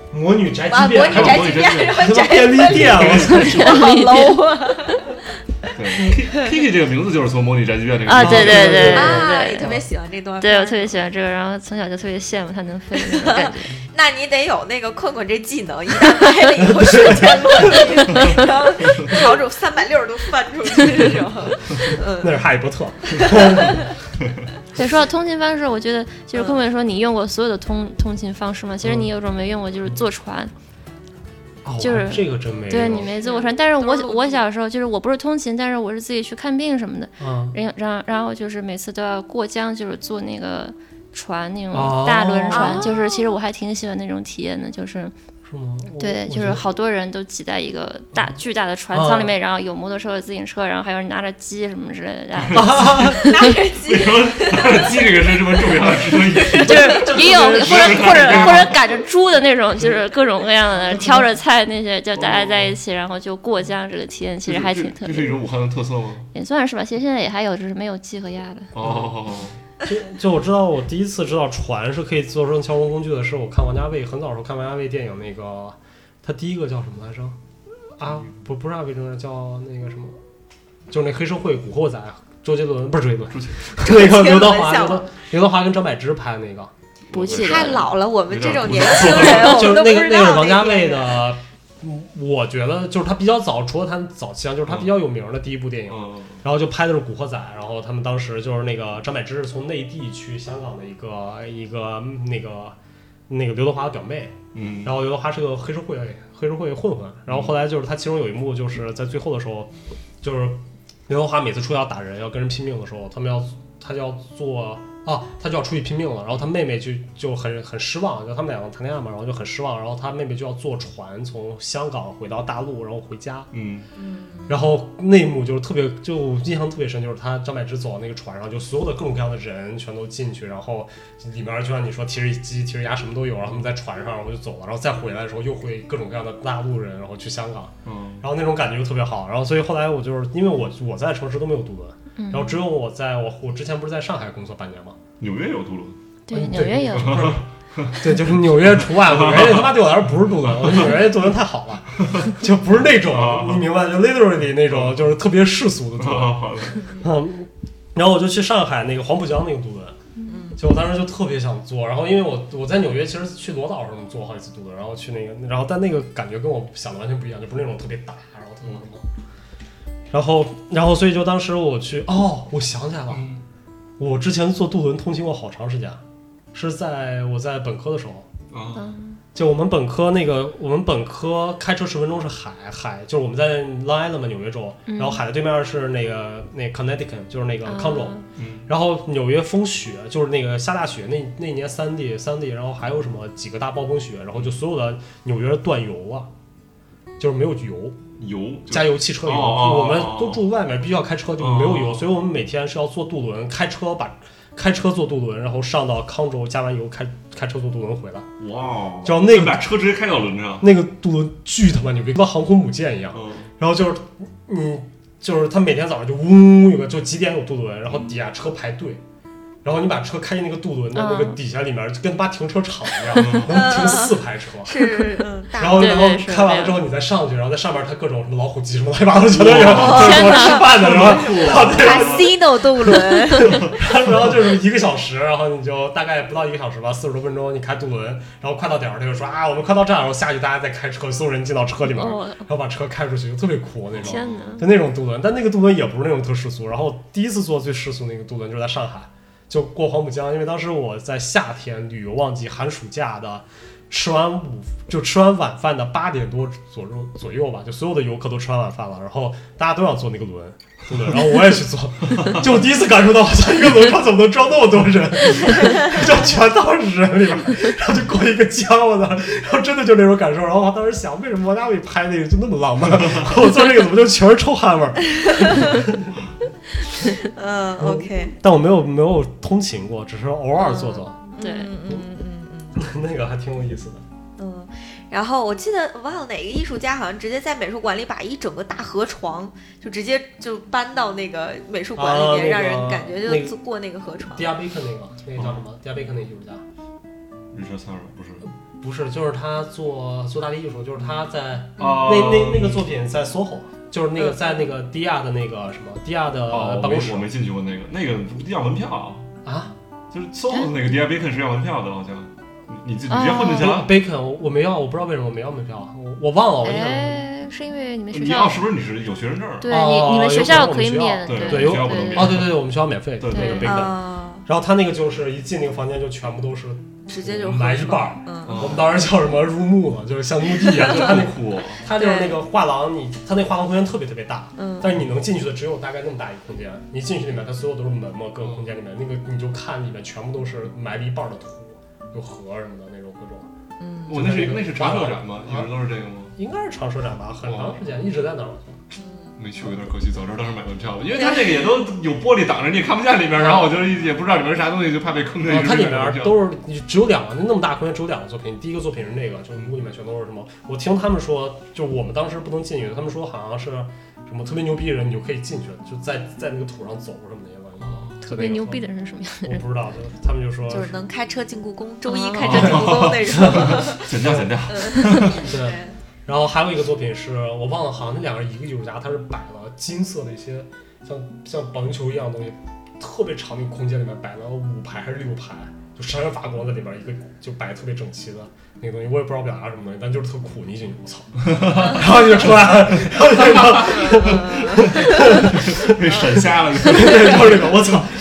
魔女宅啊， 急便， 魔女宅急便，然后宅便利店，我好 low 啊！ 对 ，Kiki 这个名字就是从魔女宅急便这个啊，对对对对啊， 对你特别喜欢这段， 对我特别喜欢这个，然后从小就特别羡慕他能飞的那种感觉。 那你得有那个困困这技能，一旦拍了以后瞬间落地，然后调整三百六十度翻出去这种。嗯， 那是哈利波特。 对，说到通勤方式，我觉得就是坤坤说你用过所有的通通勤方式吗？其实你有种没用过，就是坐船。 哦， 就是这个真没有。 对你没坐过船，但是我都是陆地我小时候就是我不是通勤，但是我是自己去看病什么的， 嗯， 然后然后然后就是每次都要过江，就是坐那个船那哦种大轮船， 哦就是其实我还挺喜欢那种体验的，就是是吗？ 对， 我就是好多人都挤在一个大嗯巨大的船舱里面，然后有摩托车、有自行车，然后还有人拿着鸡什么之类的， 拿着鸡为什么鸡这个是这么重要的值得一提？ 就是也有或者或者或者赶着猪的那种，就是各种各样的挑着菜那些，就大家在一起，然后就过江这个体验，其实还挺特这是一别， 种武汉的特色吗？ 也算是吧。其实现在也还有，就是没有鸡和鸭的。 哦， 就就我知道，我第一次知道船是可以做成交通工具的，是我看王家卫很早时候看王家卫电影那个，他第一个叫什么来着？啊，不不是阿卫正传，叫那个什么，就是那黑社会古惑仔，周杰伦不是周杰伦，那个刘德华，刘德刘德华跟张柏芝拍的那个， 不记得太老了，我们这种年轻人，我就是们都不知道那个那个是王家卫那个的。嗯我觉得就是他比较早，除了他早期啊，就是他比较有名的第一部电影， 嗯然后就拍的是《古惑仔》，然后他们当时就是那个张柏芝是从内地去香港的一个一个那个那个刘德华的表妹， 嗯， 然后刘德华是个黑社会黑社会混混，然后后来就是他其中有一幕就是在最后的时候，就是刘德华每次出去要打人要跟人拼命的时候，他们要他就要做。啊，他就要出去拼命了，然后他妹妹就就很很失望，就他们两个谈恋爱嘛，然后就很失望，然后他妹妹就要坐船从香港回到大陆，然后回家， 嗯， 然后那一幕就是特别，就我印象特别深，就是他张柏芝走到那个船上，就所有的各种各样的人全都进去，然后里面就像你说提着鸡提着鸭什么都有，然后他们在船上，然后就走了，然后再回来的时候又会各种各样的大陆人，然后去香港， 嗯， 然后那种感觉就特别好，然后所以后来我就是因为我我在城市都没有渡轮。然后只有我在我我之前不是在上海工作半年吗？ 纽约有渡轮， 对，纽约有。 对，就是纽约除外，纽约那他妈对我来说不是渡轮，我纽约那渡轮太好了，就不是那种你明白，就 literally 那种就是特别世俗的渡轮。 好的， 嗯，然后我就去上海那个黄浦江那个渡轮，就我当时就特别想坐，然后因为我我在纽约其实去罗岛时候坐好几次渡轮，然后去那个，然后但那个感觉跟我想的完全不一样，就不是那种特别大，然后特别什么。然后，然后，所以就当时我去，哦，我想起来了， 嗯我之前坐渡轮通勤过好长时间，是在我在本科的时候， 啊， 就我们本科那个，我们本科开车十分钟是海海，就是我们在 Long Island 嘛，纽约州， 嗯然后海的对面是那个那 Connecticut， 就是那个康州， 嗯然后纽约风雪，就是那个下大雪，那那年三 D 三 D， 然后还有什么几个大暴风雪，然后就所有的纽约断油啊，就是没有油。 油加油汽车油， 哦、 我们都住外面，必须要开车，就没有油， 哦、 所以我们每天是要坐渡轮，开车把开车坐渡轮，然后上到康州加完油，开开车坐渡轮回来。 哇， 就那个把车直接开到轮上， 那个渡轮巨他妈牛逼，跟航空母舰一样。 嗯、 然后就是你就是他每天早上就嗡有个就几点有渡轮，然后底下车排队。然后你把车开进那个渡轮的那个底下里面，就跟他妈停车场一样，能停四排车。 是，嗯， 然后然后开完了之后你再上去，然后再上面它各种什么老虎机什么乱七八糟全都有，就是说吃饭的是吧 ？Casino 渡轮， 然后就是一个小时，然后你就大概不到一个小时吧，四十多分钟，你开渡轮，然后快到点儿他就说啊我们快到站，然后下去大家再开车，所有人进到车里面，然后把车开出去，就特别酷那种。 天哪！ 就那种渡轮，但那个渡轮也不是那种特世俗。然后第一次坐最世俗那个渡轮就是在上海。就过黄浦江，因为当时我在夏天旅游旺季，寒暑假的，吃完午就吃完晚饭的八点多左右左右吧，就所有的游客都吃完晚饭了，然后大家都想坐那个轮，渡轮，然后我也去坐，就我第一次感受到，好像一个轮上怎么能装那么多人，就全都是人里边，然后就过一个江，我操，然后真的就那种感受，然后我当时想，为什么王家卫拍那个就那么浪漫，我坐这个怎么就全是臭汗味儿？ 嗯 ，OK， 但我没有没有通勤过，只是偶尔坐坐。 对， 嗯嗯嗯嗯那个还挺有意思的。 嗯，然后我记得忘了哪个艺术家好像直接在美术馆里把一整个大河床就直接就搬到那个美术馆里面， 啊那个、 让人感觉就过那个河床。 迪亚贝克那个那个叫什么？迪亚贝克那艺术家。 Richard Serra 不是。 不是，就是他做做大地艺术，就是他在、 哦、 那那那个作品在 S O H O， 就是那个在那个迪亚的那个什么迪亚的办公室、 哦我，我没进去过那个，那个要门票啊， 就是 S O H O 的那个迪亚 Bacon 是要门票的，好像你你直接混进去了。 Bacon 我我没要，我不知道为什么我没要门票，我我忘了，我印象中。 哎是因为你们学校你要是不是你是有学生证？ 对、 哦、 你你们学校可以免， 对对学校不能免。 哦对对对，我们学校免费， 对那个 Bacon、哦。然后他那个就是一进那个房间就全部都是直接就埋一半， 嗯， 我们当时叫什么入墓了，就是像墓地一样，就他那酷， 他就是那个画廊，你他那画廊空间特别特别大， 嗯， 但是你能进去的只有大概那么大一个空间，你进去里面它所有都是门嘛，各个空间里面那个你就看里面全部都是埋了一半的土，有河什么的那种各种。 嗯， 我那是那是常设展吗？一直都是这个吗？ 应该是常设展吧，很长时间一直在那儿。 没去过，有点可惜，早知道当时买门票了，因为它这个也都有玻璃挡着，你也看不见里面，然后我就也不知道里面是啥东西，就怕被坑着。 它里面都是你只有两个，那么大空间只有两个作品。第一个作品是那个，就是屋里面全都是什么？我听他们说，就是我们当时不能进去，他们说好像是什么特别牛逼的人，你就可以进去，就在在那个土上走什么的， 特别牛逼的人是什么样的人？ 我不知道，就他们就说就是能开车进故宫，周一开车进故宫那种。 剪掉剪掉。 对。然后还有一个作品是我忘了，好像那两个人一个艺术家，他是摆了金色的一些像像保龄球一样的东西，特别长的空间里面摆了五排还是六排，就闪闪发光在里边，一个就摆特别整齐的那个东西，我也不知道表达什么东西，但就是特酷，你一进去我操，然后就出来了，然后被闪瞎了， 就是这个我操。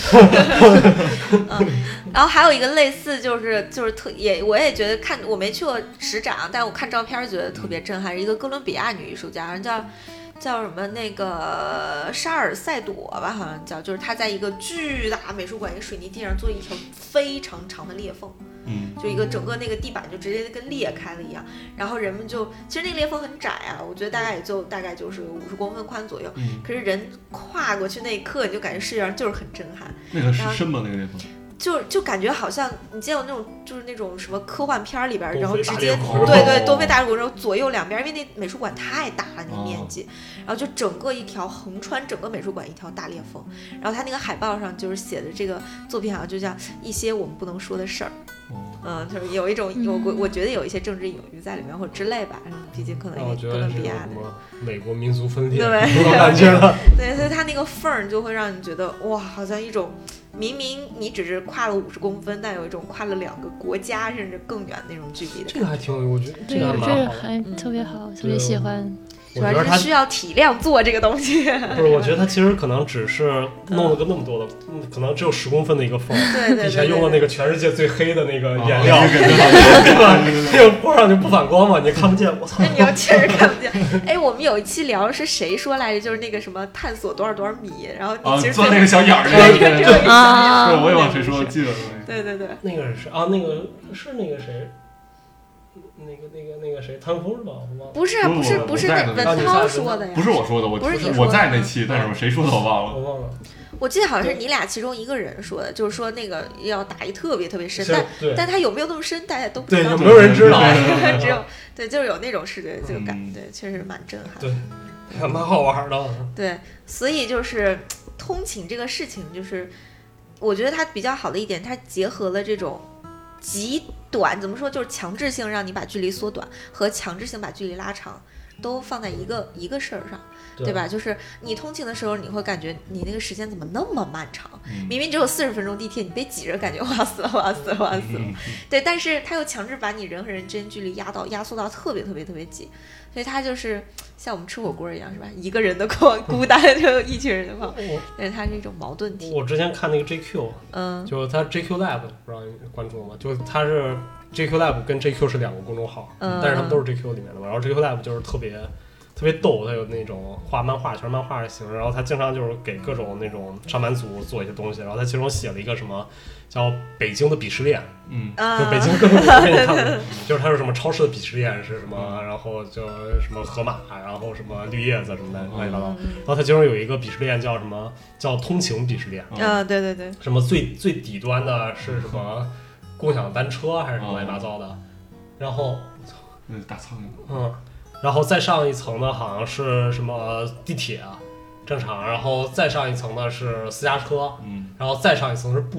然后还有一个类似，就是就是特也我也觉得看我没去过实展，但我看照片觉得特别震撼，是一个哥伦比亚女艺术家，人叫叫什么那个沙尔塞朵吧，好像叫，就是她在一个巨大美术馆一个水泥地上做一条非常长的裂缝， 嗯， 就一个整个那个地板就直接跟裂开了一样，然后人们就其实那个裂缝很窄啊，我觉得大概也就大概就是五十公分宽左右， 嗯， 可是人跨过去那一刻，你就感觉世界上就是很震撼。 那个是深吗？那个裂缝？ 就就感觉好像你见过那种就是那种什么科幻片里边，然后直接对对多菲大裂口，然后左右两边，因为那美术馆太大了，那面积，然后就整个一条横穿整个美术馆一条大裂缝，然后它那个海报上就是写的这个作品好像就叫一些我们不能说的事儿，嗯，就是有一种有我我觉得有一些政治隐喻在里面或者之类吧，毕竟可能也哥伦比亚的美国民族分裂， 对， 这种感觉了， 对，所以它那个缝儿就会让你觉得哇，好像一种。明明你只是跨了五十公分，但有一种跨了两个国家甚至更远那种距离的。 这个还挺有，我觉得这个还蛮好的， 还特别好，特别喜欢。 主要是需要体量做这个东西。 不是，我觉得它其实可能只是弄了个那么多的，嗯、可能只有十公分的一个缝。 对对对。 以前用的那个全世界最黑的那个颜料，对吧？那个锅上就不反光嘛，你看不见。我操！ 那你要确实看不见。哎，我们有一期聊是谁说来着？就是那个什么探索多少多少米，然后你其实做那个小眼儿， 对对啊，对，我也忘谁说记得了。 对对对， 那个是啊，那个是那个谁。那个、那个、那个谁，唐风是吧？ 不是，不是，不是那文涛说的呀。 不是我说的，我不是你我在那期，但是谁说的我忘了。 我忘了。 我记得好像是你俩其中一个人说的，就是说那个要打一特别特别深，但对但他有没有那么深，大家都不知道。 对，有没有人知道？ 只有对，就是有那种视觉这个感，对，确实蛮震撼。 对，还蛮好玩的。 对，所以就是通勤这个事情，就是我觉得它比较好的一点，它结合了这种。极短怎么说，就是强制性让你把距离缩短和强制性把距离拉长，都放在一个一个事儿上，对, 对吧？就是你通勤的时候，你会感觉你那个时间怎么那么漫长？嗯、明明只有四十分钟地铁，你被挤着，感觉哇死了哇死了哇死了。嗯、对，但是他又强制把你人和人之间距离压到压缩到特别特别特别挤，所以他就是像我们吃火锅一样，是吧？一个人的逛孤单，就一群人的逛，但是它是一种矛盾体。 我之前看那个 J Q， 嗯，就他 J Q Lab， 不知道你关注吗？就他是 J Q Lab 跟 J Q 是两个公众号，嗯、但是他们都是 J Q 里面的嘛。然后 J Q Lab 就是特别特别逗，他有那种画漫画，全是漫画的形式。然后他经常就是给各种那种上班族做一些东西。然后他其中写了一个什么叫北京的鄙视链，嗯，就北京各种图片你看过，就是他说什么超市的鄙视链是什么，然后就什么河马，然后什么绿叶子什么的乱七八糟。然后他其中有一个鄙视链叫什么叫通勤鄙视链， 啊，对对对， 什么最最底端的是什么共享单车还是什么乱七八糟的，然后那大苍蝇， 嗯。然后再上一层的好像是什么地铁，正常，然后再上一层的是私家车，嗯，然后再上一层是步行，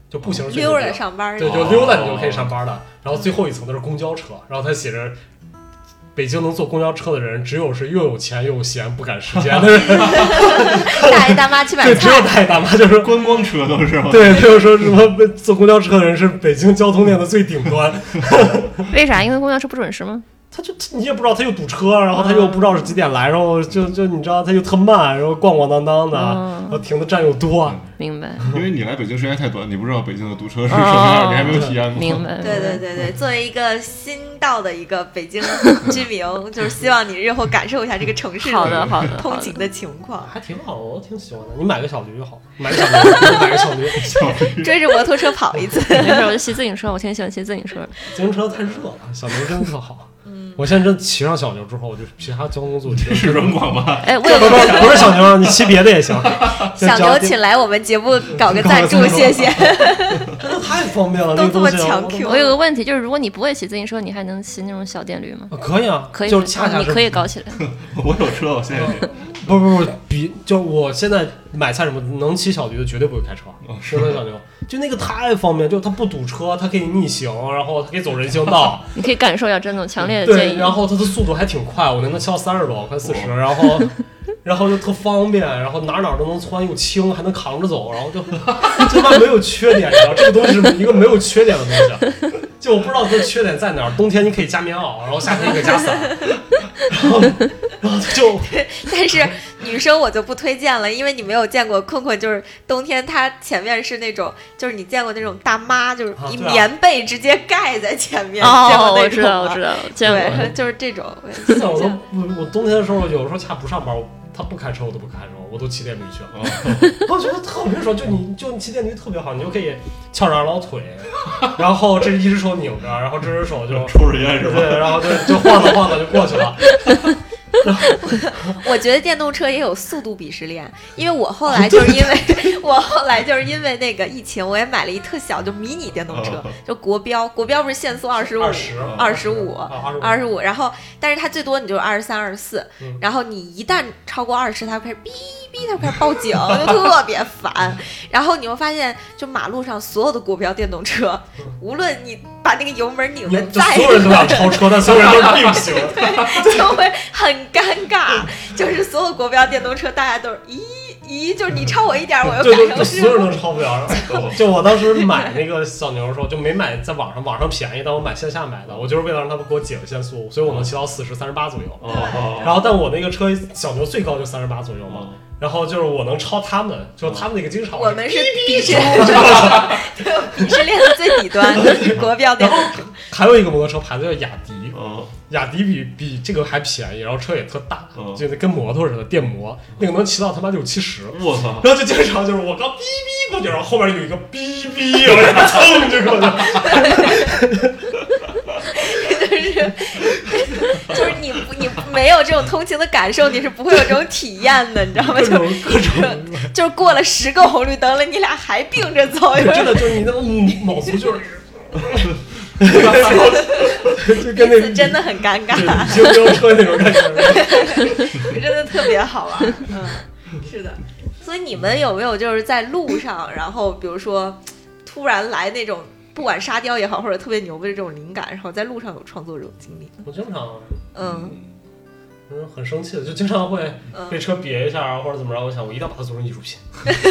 就步行是溜达上班， 对，就溜达你就可以上班的。然后最后一层的是公交车，然后他写着。北京能坐公交车的人，只有是又有钱又有闲不赶时间的人。 大爷大妈去买菜， 对，只有大爷大妈，就是观光车都是吗？ 对，没有说什么坐公交车的人是北京交通链的最顶端。 为啥？因为公交车不准时吗？ 他就你也不知道，他又堵车，然后他又不知道是几点来，然后就就你知道他又特慢，然后逛逛当当的， 嗯、 然后停的站又多。 明白。 因为你来北京时间太短，你不知道北京的堵车是什么样，哦、你还没有体验过。 明白。 对对对对，作为一个新到的一个北京居民，就是希望你日后感受一下这个城市好的好的通勤的情况。 还挺好，我挺喜欢的。你买个小驴就好，买个小驴，买个小驴， 小驴追着摩托车跑一次。 没事，我就骑自行车，我挺喜欢骑自行车。 自行车太热了，小牛真的特好。我现在真骑上小牛之后，我就其他交通工具是软广吗？ 哎， 不不不，不是小牛，你骑别的也行。 小牛，请来我们节目搞个赞助，谢谢。 真的太方便了， 都这么强 Q。 我有个问题，就是如果你不会骑自行车，你还能骑那种小电驴吗？ 可以啊， 可以， 就是恰恰你可以搞起来。 我有车，我谢谢你。 不不不，比就我现在买菜什么能骑小驴的绝对不会开车，是的，小牛就那个太方便，就它不堵车，它可以逆行，然后它可以走人行道， 你可以感受一下这种强烈的建议。 对，然后它的速度还挺快，我能骑到三十多，快四十，然后然后就特方便，然后哪哪都能窜，又轻，还能扛着走，然后就这妈没有缺点，你知道这个东西是一个没有缺点的东西，就我不知道它的缺点在哪儿。冬天你可以加棉袄，然后夏天你可以加伞，然后然后就但是女生我就不推荐了，因为你没有见过困困，就是冬天它前面是那种，就是你见过那种大妈，就是以棉被直接盖在前面。 哦， 见过那种我知道，我知道，见过， 对，就是这种。 我都我我冬天的时候，有的时候恰不上班，他不开车我都不开车，我都骑电驴去了。我觉得特别爽，就你就你骑电驴特别好，你就可以翘着二郎腿，然后这一只手拧着，然后这只手就抽着烟是吧？ 对，然后就就晃荡晃荡就过去了。 我觉得电动车也有速度鄙视链，因为我后来就是因为我后来就是因为那个疫情，我也买了一特小就迷你电动车，就国标，国标不是限速二十五、二十五、二十五，然后但是它最多你就二十三、二十四，然后你一旦超过二十，它开始哔哔，它开始报警，就特别烦。然后你会发现，就马路上所有的国标电动车，无论你把那个油门拧的再， 所有人都想超车，但所有人都是并行， 对，就会很尴尬。就是所有国标电动车，大家都是咦咦，就是你超我一点，我又赶上， 所有人都超不了。就我当时买那个小牛的时候，就没买在网上，网上便宜，但我买线下买的，我就是为了让他们给我解个限速，所以我能骑到四十、三十八左右。 哦， 然后但我那个车小牛最高就三十八左右嘛。然后就是我能超他们，就他们那个经常我们是鄙视鄙视链的最底端的国标电动车。 还有一个摩托车牌子叫雅迪， 哦， 雅迪比比这个还便宜，然后车也特大， 哦、 就跟摩托似的电摩，那个能骑到他妈六七十。 我操！ 然后就经常就是我刚哔哔过去，然后后面有一个哔哔，我俩蹭就过去。 就是就是你你没有这种通勤的感受，你是不会有这种体验的，你知道吗？ 各种各种， 就是过了十个红绿灯了，你俩还并着走， 真的就是你那种卯足劲儿，就跟那真的很尴尬， 就飙车那种感觉， 真的特别好玩。嗯，是的。所以你们有没有就是在路上，然后比如说突然来那种？不管沙雕也好，或者特别牛的这种灵感，然后在路上有创作这种经历。 我经常， 嗯， 嗯，很生气的，就经常会被车别一下啊，或者怎么着。我想，我一定要把它做成艺术品。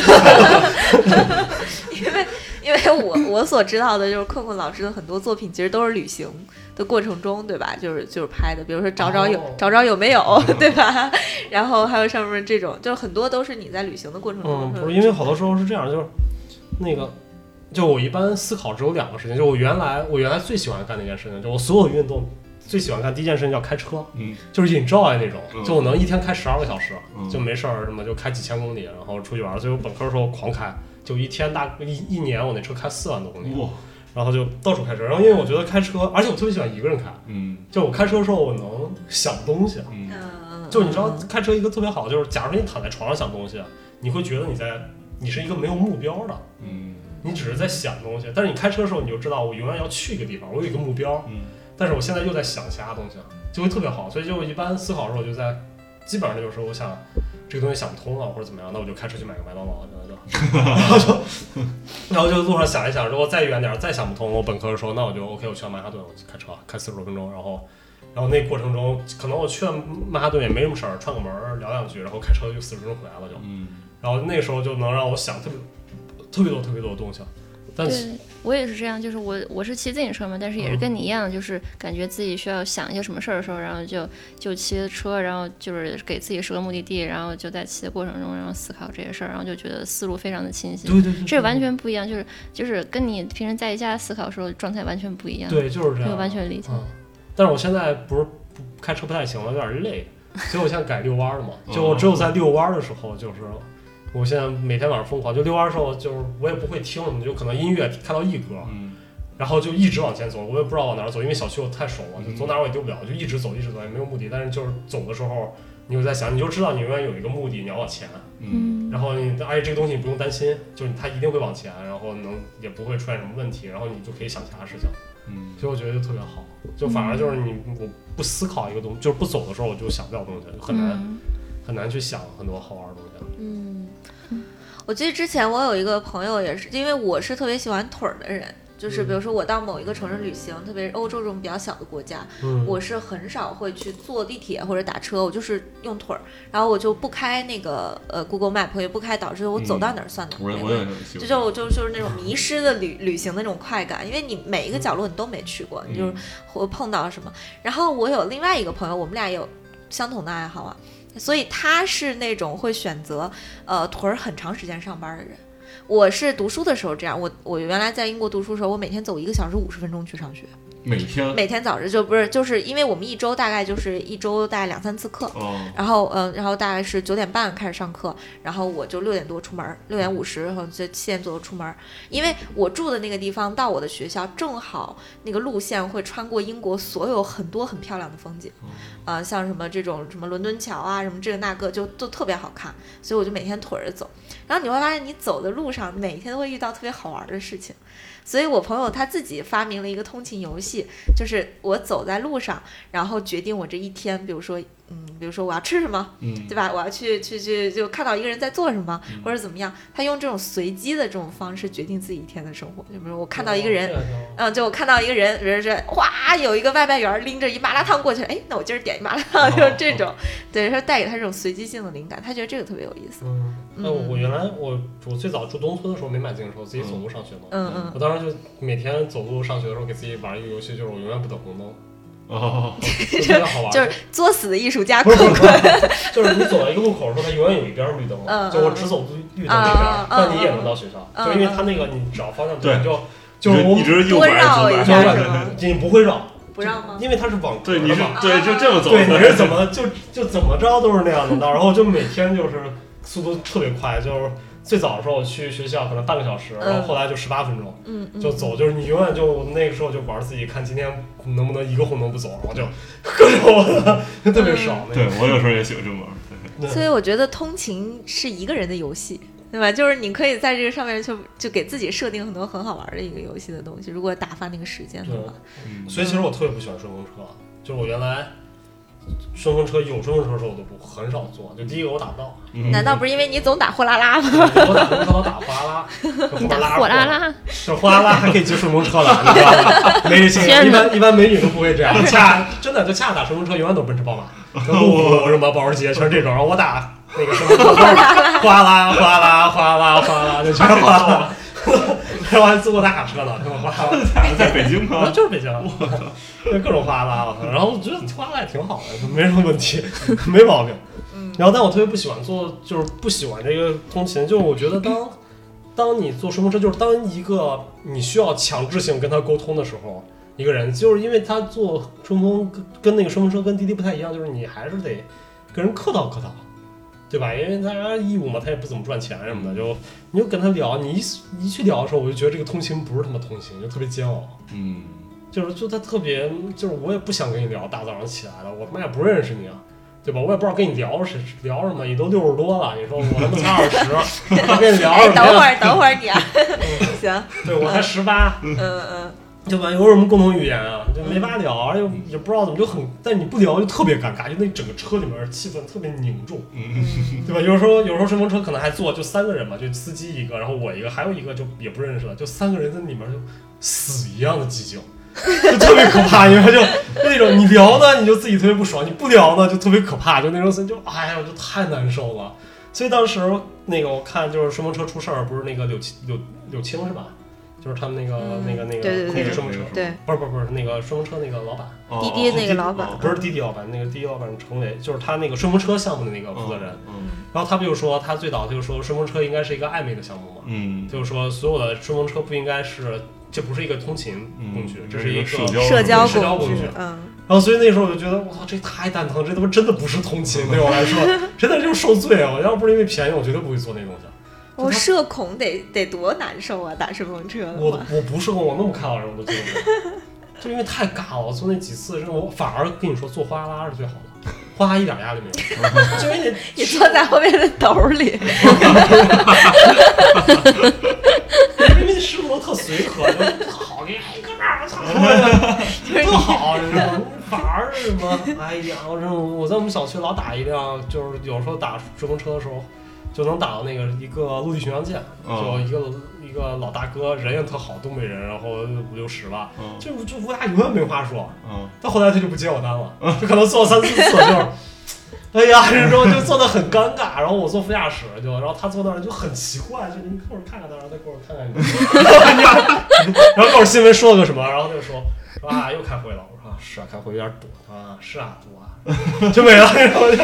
因为，因为我我所知道的就是困困老师的很多作品，其实都是旅行的过程中，对吧？就是就是拍的，比如说找找有、哦、找找有没有，对吧？然后还有上面这种，就是很多都是你在旅行的过程中。 嗯，不是，因为好多时候是这样，就是那个。就我一般思考只有两个事情，就我原来我原来最喜欢干的一件事情，就我所有运动最喜欢干第一件事情叫开车， 嗯， 就是 enjoy 那种， 嗯、 就我能一天开十二个小时， 嗯、 就没事儿什么就开几千公里，然后出去玩。所以我本科的时候狂开，就一天大一一年我那车开四万多公里，然后就到处开车。然后因为我觉得开车，而且我特别喜欢一个人开， 嗯， 就我开车的时候我能想东西， 嗯， 就你知道开车一个特别好，就是假如说你躺在床上想东西，你会觉得你在你是一个没有目标的， 嗯。 你只是在想东西，但是你开车的时候，你就知道我永远要去一个地方，我有一个目标。 嗯， 但是我现在又在想其他东西，就会特别好。所以就一般思考的时候，我就在基本上就是我想这个东西想不通了或者怎么样，那我就开车去买个麦当劳，然后就然后就路上想一想，如果再远点再想不通，我本科的时候那我就 OK， 我去到曼哈顿，我开车开四十多分钟，然后然后那过程中可能我去曼哈顿也没什么事儿，串个门聊两句，然后开车就四十分钟回来了就， 嗯， 然后那时候就能让我想特别特别多特别多的东西。但对我也是这样，就是我我是骑自行车嘛，但是也是跟你一样，就是感觉自己需要想一些什么事儿的时候，然后就就骑车，然后就是给自己设个目的地，然后就在骑的过程中，然后思考这些事儿，然后就觉得思路非常的清晰。 对对 对, 对， 这完全不一样，就是就是跟你平时在家思考的时候状态完全不一样。 对，就是这样， 我完全理解。 嗯，但是我现在不是不开车不太行了，有点累，所以我现在改遛弯了嘛。就我只有在遛弯的时候，就是我现在每天晚上疯狂就遛弯的时候，就是我也不会听什么，就可能音乐开到一格， 嗯， 然后就一直往前走，我也不知道往哪儿走，因为小区我太熟了，就走哪儿我也丢不了，就一直走一直走，也没有目的。但是就是走的时候，你会在想，你就知道你永远有一个目的，你要往前。 嗯， 然后你而且这个东西你不用担心，就是它一定会往前，然后能也不会出现什么问题，然后你就可以想其他事情。 嗯， 所以我觉得就特别好，就反而就是你我不思考一个东西，就是不走的时候我就想不了东西，就很难、嗯、很难去想很多好玩的东西。 嗯，我记得之前我有一个朋友也是，因为我是特别喜欢腿儿的人。就是比如说我到某一个城市旅行、嗯、特别是欧洲这种比较小的国家、嗯、我是很少会去坐地铁或者打车，我就是用腿儿，然后我就不开那个呃 Google Map 也不开导致我走到哪儿算哪儿、 嗯、我也就就就就是那种迷失的旅旅行的那种快感，因为你每一个角落你都没去过、嗯、你就是会碰到什么。然后我有另外一个朋友，我们俩有相同的爱好啊，所以他是那种会选择呃腿儿很长时间上班的人。我是读书的时候这样，我我原来在英国读书的时候，我每天走一个小时五十分钟去上学。 每天每天早上就不是，就是因为我们一周大概就是一周大概两三次课， 哦、 然后嗯、呃，然后大概是九点半开始上课，然后我就六点多出门，六点五十然后就七点左右出门，因为我住的那个地方到我的学校正好那个路线会穿过英国所有很多很漂亮的风景，啊、嗯呃，像什么这种什么伦敦桥啊，什么这个那个就都特别好看，所以我就每天腿着走，然后你会发现你走的路上每天都会遇到特别好玩的事情。所以我朋友他自己发明了一个通勤游戏，就是我走在路上，然后决定我这一天，比如说，嗯，比如说我要吃什么， 嗯， 对吧？我要去去去，就看到一个人在做什么，嗯、或者怎么样，他用这种随机的这种方式决定自己一天的生活。就比如我看到一个人，嗯，就我看到一个人，比如说哗，有一个外卖员拎着一麻辣烫过去，哎，那我今儿点一麻辣烫，就是这种，对，说带给他这种随机性的灵感，他觉得这个特别有意思。 嗯，那我我原来我我最早住东村的时候没买自行车，我自己走路上学嘛， 嗯嗯， 我当时就每天走路上学的时候给自己玩一个游戏，就是我永远不等红灯。 哦， 特别好玩， 就是作死的艺术家。 不是不是，就是你走到一个路口的时候，它永远有一边绿灯， 嗯、 就我只走绿灯那边，那、嗯、你也能到学校，嗯、就因为它那个你找方向对，就就是我一直右拐绕一下是吗？你不会绕。 不让吗？ 因为它是网格对，你是嘛， 对，就这么走。 对，你是怎么就就怎么着都是那样的道，然后就每天就是速度特别快，就是最早的时候我去学校可能半个小时，然后后来就十八分钟， 嗯， 就走，就是你永远就那个时候就玩自己，看今天能不能一个红灯不走，然后就各种特别爽。 对我有时候也喜欢这么玩。 所以我觉得通勤是一个人的游戏。对吧？就是你可以在这个上面就就给自己设定很多很好玩的一个游戏的东西，如果打发那个时间的话。 嗯，所以其实我特别不喜欢顺风车，就是我原来顺风车有顺风车的时候我都不很少坐，就第一个我打不到。 嗯、难道不是因为你总打货拉拉吗？ 我打顺风车打货拉拉， 你打货拉拉， 这货拉拉还可以接顺风车了，你知道吗？美女性一般一般美女都不会这样，恰真的就恰打顺风车永远都是奔驰宝马，路虎什么保时捷全是这种，然后我打。那个什么哗啦哗啦哗啦哗啦哗啦，就全是哗啦。然后还坐过大卡车呢，这么哗啦。 在北京吗？ 就是北京，就各种哗啦。然后我觉得哗啦也挺好的，没什么问题，没毛病。然后但我特别不喜欢坐，就是不喜欢这个通勤，就是我觉得当当你坐顺风车，就是当一个你需要强制性跟他沟通的时候，一个人就是因为他坐顺风跟跟那个顺风车跟滴滴不太一样，就是你还是得跟人客套客套。对吧？因为他义务嘛，他也不怎么赚钱什么的，就你就跟他聊，你一一去聊的时候，我就觉得这个通勤不是他妈通勤，就特别煎熬。 嗯， 就是就他特别，就是我也不想跟你聊，大早上起来了，我他妈也不认识你啊，对吧？我也不知道跟你聊是聊什么，你都六十多了，你说我他妈才二十，我跟你聊什么？ 等会儿等会儿你啊，行， 对我才十八， 嗯嗯。 就完有什么共同语言啊，就没法聊，又也不知道怎么就很，但你不聊就特别尴尬，就那整个车里面气氛特别凝重，对吧？有时候有时候顺风车可能还坐就三个人嘛，就司机一个，然后我一个，还有一个就也不认识了，就三个人在里面就死一样的寂静，就特别可怕，因为就那种你聊呢你就自己特别不爽，你不聊呢就特别可怕，就那种就哎呀就太难受了。所以当时那个我看就是顺风车出事儿，不是那个柳柳柳青是吧？就是他们那个、嗯、那个那个对对对顺风车， 对， 不是不是不是那个顺风车那个老板， 滴滴那个老板， 不是滴滴老板，那个滴滴老板成为就是他那个顺风车项目的那个负责人。 嗯， 然后他不就说他最早就说顺风车应该是一个暧昧的项目嘛， 嗯， 就是说所有的顺风车不应该是，这不是一个通勤工具， 嗯、 这是一个社交社交工具。 嗯。 然后所以那时候我就觉得，我操，这太蛋疼，这他妈真的不是通勤，对我来说，真的就是受罪啊！要不是因为便宜，我绝对不会做那东西。 我社恐得得多难受啊！打顺风车， 我我不社恐，我那么开朗人我都做不了，就因为太尬了。我做那几次，真的我反而跟你说做哗啦啦是最好的，哗啦一点压力没有，就因为你你坐在后面的兜里， 因为师傅都特随和，就好给哎哥们儿，我操，特好，你知道吗？反而是什么？哎呀，我真我在我们小区老打一辆，就是有时候打顺风车的时候。就能打到那个一个陆地巡洋舰，就一个一个老大哥，人也特好，东北人，然后五六十吧， 嗯、 就就我俩永远没话说。 嗯， 但后来他就不接我单了，嗯、就可能坐三四次，就是哎呀，这种就坐得很尴尬。然后我坐副驾驶，就然后他坐那儿就很奇怪，就你给我看看他，然后再给我看看你，然后告诉新闻说了个什么，然后他就说说啊又开会了，我说啊是啊开会有点堵啊，是啊堵啊，就没了，然后就。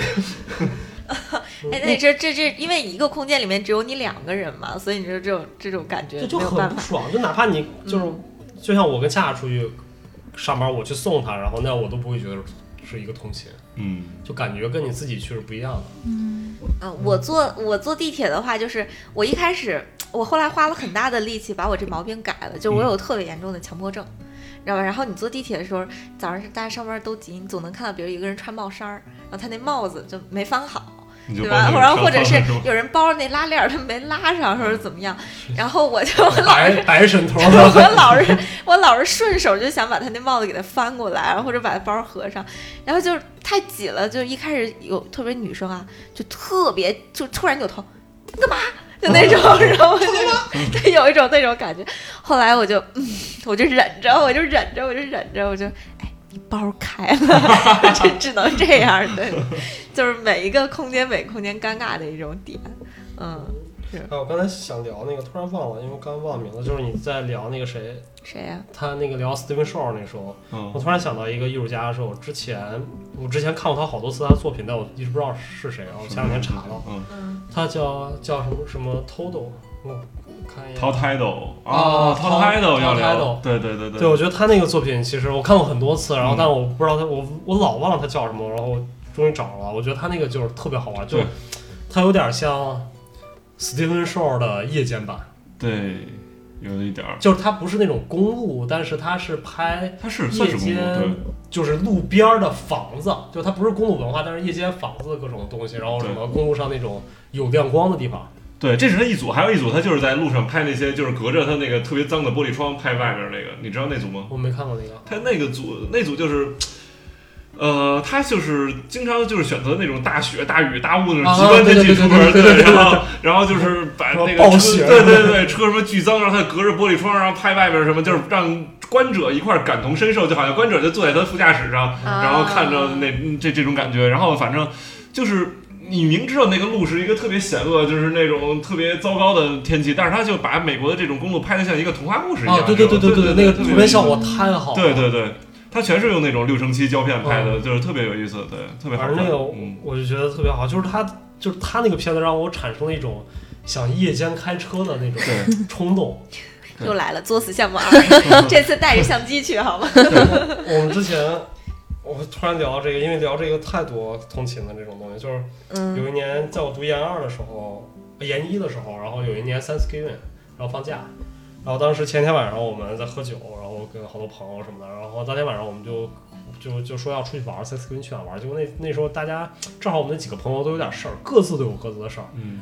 哎，那你这这这，因为一个空间里面只有你两个人嘛，所以你说这种这种感觉就很不爽。就哪怕你就是，嗯、就像我跟夏夏出去上班，我去送他，然后那我都不会觉得是一个通勤， 嗯， 就感觉跟你自己去是不一样的。 嗯嗯，我坐我坐地铁的话，就是我一开始，我后来花了很大的力气把我这毛病改了，就我有特别严重的强迫症。嗯知道吧？然后你坐地铁的时候，早上大家上班都急，你总能看到，比如一个人穿帽衫儿，然后他那帽子就没翻好，对吧？然后或者是有人包着那拉链他没拉上，或者怎么样，然后我就老是白枕头， 我老是我老是顺手就想把他那帽子给他翻过来，或者把他包合上，然后就太挤了，就一开始有特别女生啊，就特别就突然扭头，你干嘛？就那种，然后我就对有一种那种感觉。后来我就，嗯，我就忍着，我就忍着，我就忍着，我就，哎，你包开了，这只能这样，对，就是每一个空间每个空间尴尬的一种点，嗯。是。 啊，我刚才想聊那个，突然忘了，因为我刚刚忘了名字，就是你在聊那个谁。 谁呀、啊？ 他那个聊 Steven Shaw 那时候， 嗯， 我突然想到一个艺术家的时候，之前我之前看过他好多次他的作品，但我一直不知道是谁，然后前两天查了， 嗯， 他叫叫什么什么 Todo， 我看一眼 Totaido 啊 Totaido 要聊，对对对对， 对，我觉得他那个作品其实我看过很多次，然后但我不知道他，我我老忘了他叫什么，然后终于找着了，我觉得他那个就是特别好玩，就他有点像 Steven Shaw 的夜间版， 对。有一点儿， 就是它不是那种公路，但是它是拍它是算是公路，对， 就是路边的房子，就它不是公路文化，但是夜间房子的各种东西，然后什么公路上那种有亮光的地方。 对，这是他一组，还有一组他就是在路上拍那些，就是隔着他那个特别脏的玻璃窗拍外面那个，你知道那组吗？ 我没看过那个。 他那个组，那组就是。呃，他就是经常就是选择那种大雪、大雨、大雾那种极端天气出门，对，然后然后就是把那个车，对对对，车什么巨脏，让他隔着玻璃窗，然后拍外边什么，就是让观者一块感同身受，就好像观者就坐在他副驾驶上，然后看着那这这种感觉，然后反正就是你明知道那个路是一个特别险恶，就是那种特别糟糕的天气，但是他就把美国的这种公路拍得像一个童话故事一样。 啊，对对对对对，那个图片效果太好了。 对对对。他全是用那种六乘七胶片拍的，嗯、就是特别有意思，对，特别好看。 反正那个， 嗯、 我就觉得特别好，就是他，就是他那个片子让我产生了一种想夜间开车的那种冲动。 又来了，作死项目二，这次带着相机去好吗？ 我们之前，我突然聊这个，因为聊这个太多通勤的这种东西，就是有一年在我读研二的时候，研一的时候，然后有一年 Thanksgiving， 然后放假。然后当时前天晚上我们在喝酒，然后跟好多朋友什么的，然后当天晚上我们就就就说要出去玩，在斯宾去哪玩？结果那那时候大家正好我们那几个朋友都有点事儿，各自都有各自的事儿。 嗯。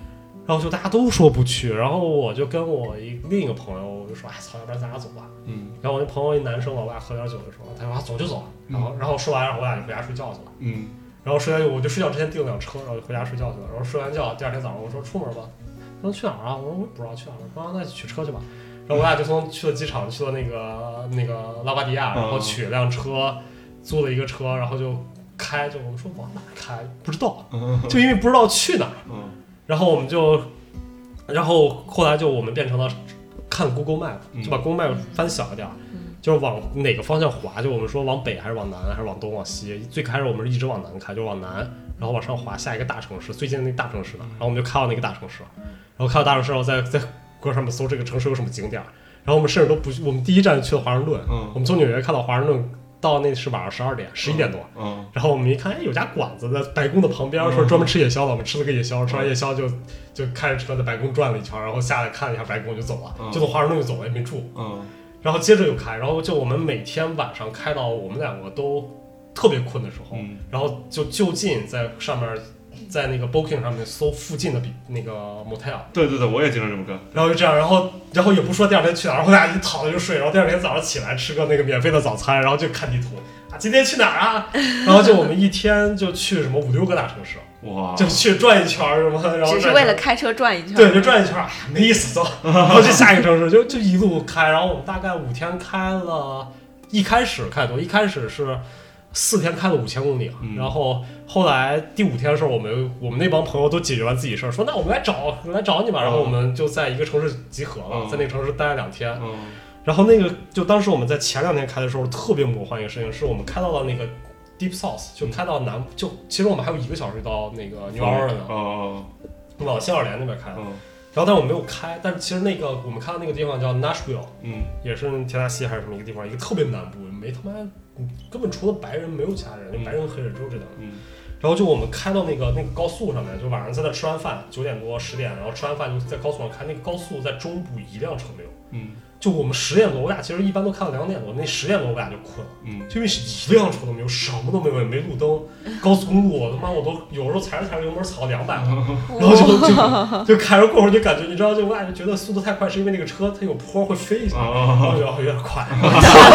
然后就大家都说不去，然后我就跟我一另一个朋友，我就说，哎操，要不然咱俩走吧。 嗯。 然后我那朋友一男生嘛，我俩喝点酒就说，他说啊走就走，然后然后说完，然后我俩就回家睡觉去了。 嗯。 然后睡觉我就睡觉之前订了辆车，然后就回家睡觉去了。然后睡完觉，第二天早上我说出门吧，他说去哪儿啊？我说我不知道去哪儿。我说那就取车去吧。然后我俩就从去了机场，去了那个那个拉巴迪亚，然后取了辆车，租了一个车，然后就开，就我们说往哪开不知道，就因为不知道去哪儿。然后我们就，然后后来就我们变成了看 Google Map， 就把 Google Map 翻小一点，就是往哪个方向滑，就我们说往北还是往南还是往东往西。最开始我们是一直往南开，就往南，然后往上滑下一个大城市，最近的那个大城市的，然后我们就开到那个大城市，然后开到大城市，然后再在谷歌上面搜这个城市有什么景点，然后我们甚至都不，我们第一站去了华盛顿，嗯、我们从纽约开到华盛顿。到那是晚上十二点、十一点多，嗯，然后我们一看，哎，有家馆子在白宫的旁边，说专门吃夜宵的，我们吃了个夜宵，吃完夜宵就就开着车在白宫转了一圈，然后下来看了一下白宫就走了，就从华盛顿就走了，也没住，嗯，然后接着又开，然后就我们每天晚上开到我们两个都特别困的时候，嗯、然后就就近在上面。在那个 Booking 上面搜附近的那个 motel， 对对对，我也经常这么干。 然后就这样，然后然后也不说第二天去哪儿，然后大家一躺着就睡，然后第二天早上起来吃个那个免费的早餐，然后就看地图啊，今天去哪儿啊？然后就我们一天就去什么五六个大城市，哇，就去转一圈什么，然后只是为了开车转一圈， 对，就转一圈，哎，没意思，走，然后去下一个城市，就就一路开，然后我们大概五天开了，一开始开多，一开始是。四天开了五千公里，嗯、然后后来第五天的时候，我们我们那帮朋友都解决完自己事儿，说那我们来找来找你吧，然后我们就在一个城市集合了，嗯、在那个城市待了两天，嗯、然后那个就当时我们在前两天开的时候特别魔幻一个事情，是我们开到了那个 Deep South， 就开到南，嗯、就其实我们还有一个小时到那个纽奥尔呢，哦，往新奥尔良那边开的。嗯然后，但是我没有开，但是其实那个我们看到那个地方叫 Nashville， 嗯，也是田纳西还是什么一个地方，一个特别南部，没他妈根本除了白人没有其他人，就白人黑人只有这两个。嗯，然后就我们开到那个那个高速上面，就晚上在那吃完饭，九点多十点，然后吃完饭就在高速上开，那个高速在中部一辆车没有。嗯，就我们十点多，我俩其实一般都开到两点多，那十点多我俩就困了。嗯，就因为是一辆车都没有，什么都没有，也没路灯，高速公路我他妈我都有时候踩着踩着油门踩两百了，然后就就就开着过会儿就感觉你知道，就我俩就觉得速度太快，是因为那个车它有坡会飞一下，然后就有点快，然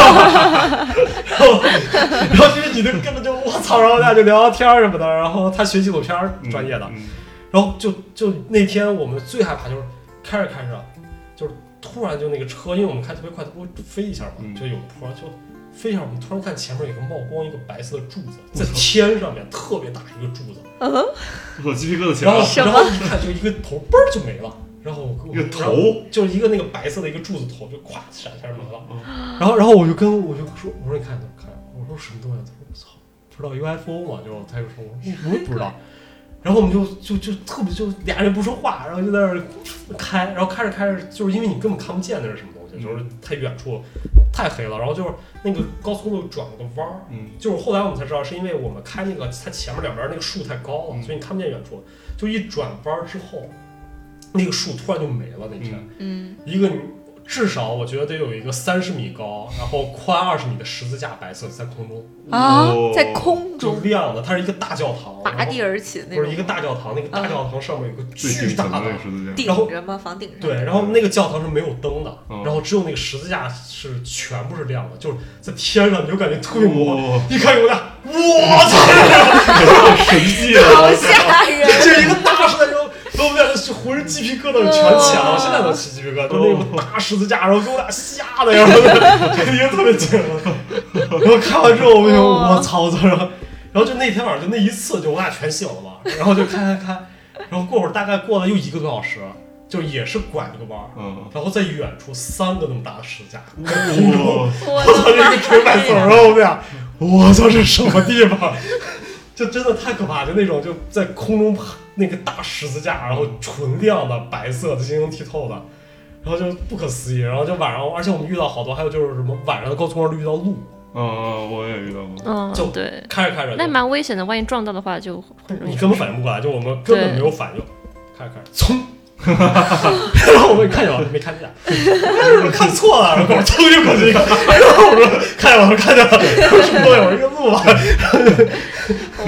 后然后就是你就根本就我操，然后大家就聊聊天什么的，然后他学纪录片专业的，嗯嗯、然后就就那天我们最害怕就是开着开着就是。突然就那个车，因为我们开特别快，它不会飞一下嘛，嗯、就有坡，就飞一下。我们突然看前面有个冒光，一个白色的柱子在天上面，特别大一个柱子。嗯， 我鸡皮疙瘩起来了。然后一看就一个头，嘣儿就没了。然后一个头就是一个那个白色的一个柱子头，就咵闪一下没了。嗯、然后然后我就跟我就说，我说你看你看，我说什么东西？他说我操，不知道 U F O 嘛？就他就说我也不知道。然后我们就就就特别就俩人不说话，然后就在那儿开，然后开着开着，就是因为你根本看不见那是什么东西，就是太远处太黑了，然后就是那个高速公路转了个弯儿，嗯，就是后来我们才知道是因为我们开那个它前面两边那个树太高了，嗯、所以你看不见远处，就一转弯之后，那个树突然就没了那天，嗯，一个至少我觉得得有一个三十米高，然后宽二十米的十字架，白色在空中啊，在空中就亮的，它是一个大教堂， 拔地而起的那种， 不是一个大教堂，那个大教堂上面有个巨大的十字架， 顶着吗？房顶上。 对，然后那个教堂是没有灯的，嗯、然后只有那个十字架是全部是亮的，就是在天上，你就感觉特别魔幻。哦、一看有俩，我操， 神迹啊！ 好吓人！ 这一个大十字架。我们俩就浑身鸡皮疙瘩全起来了，我现在都起鸡皮疙瘩，就那个大十字架，然后给我俩吓的呀，肯定特别紧了。然后看完之后，我就我操，然后然后就那天晚上就那一次，就我俩全醒了嘛，然后就开开开，然后过会儿大概过了又一个多小时，就也是拐这个弯，嗯，然后在远处三个那么大的十字架，空中，我操，这个纯白色，然后我们俩，我操，这什么地方？就真的太可怕，就那种就在空中那个大十字架，然后纯亮的白色的晶莹剔透的，然后就不可思议。然后就晚上，而且我们遇到好多，还有就是什么晚上的高速公路遇到路， 嗯嗯，我也遇到过， 嗯， 就对， 开着开着， 那蛮危险的，万一撞到的话就很容易。 你根本反应不过来，就我们根本没有反应，开着开着，冲！然后我们看见了，没看见，是不是看错了？然后我冲就过去一个，然后我说看见了，看见了，什么东西？我说一个路啊。 哇， 这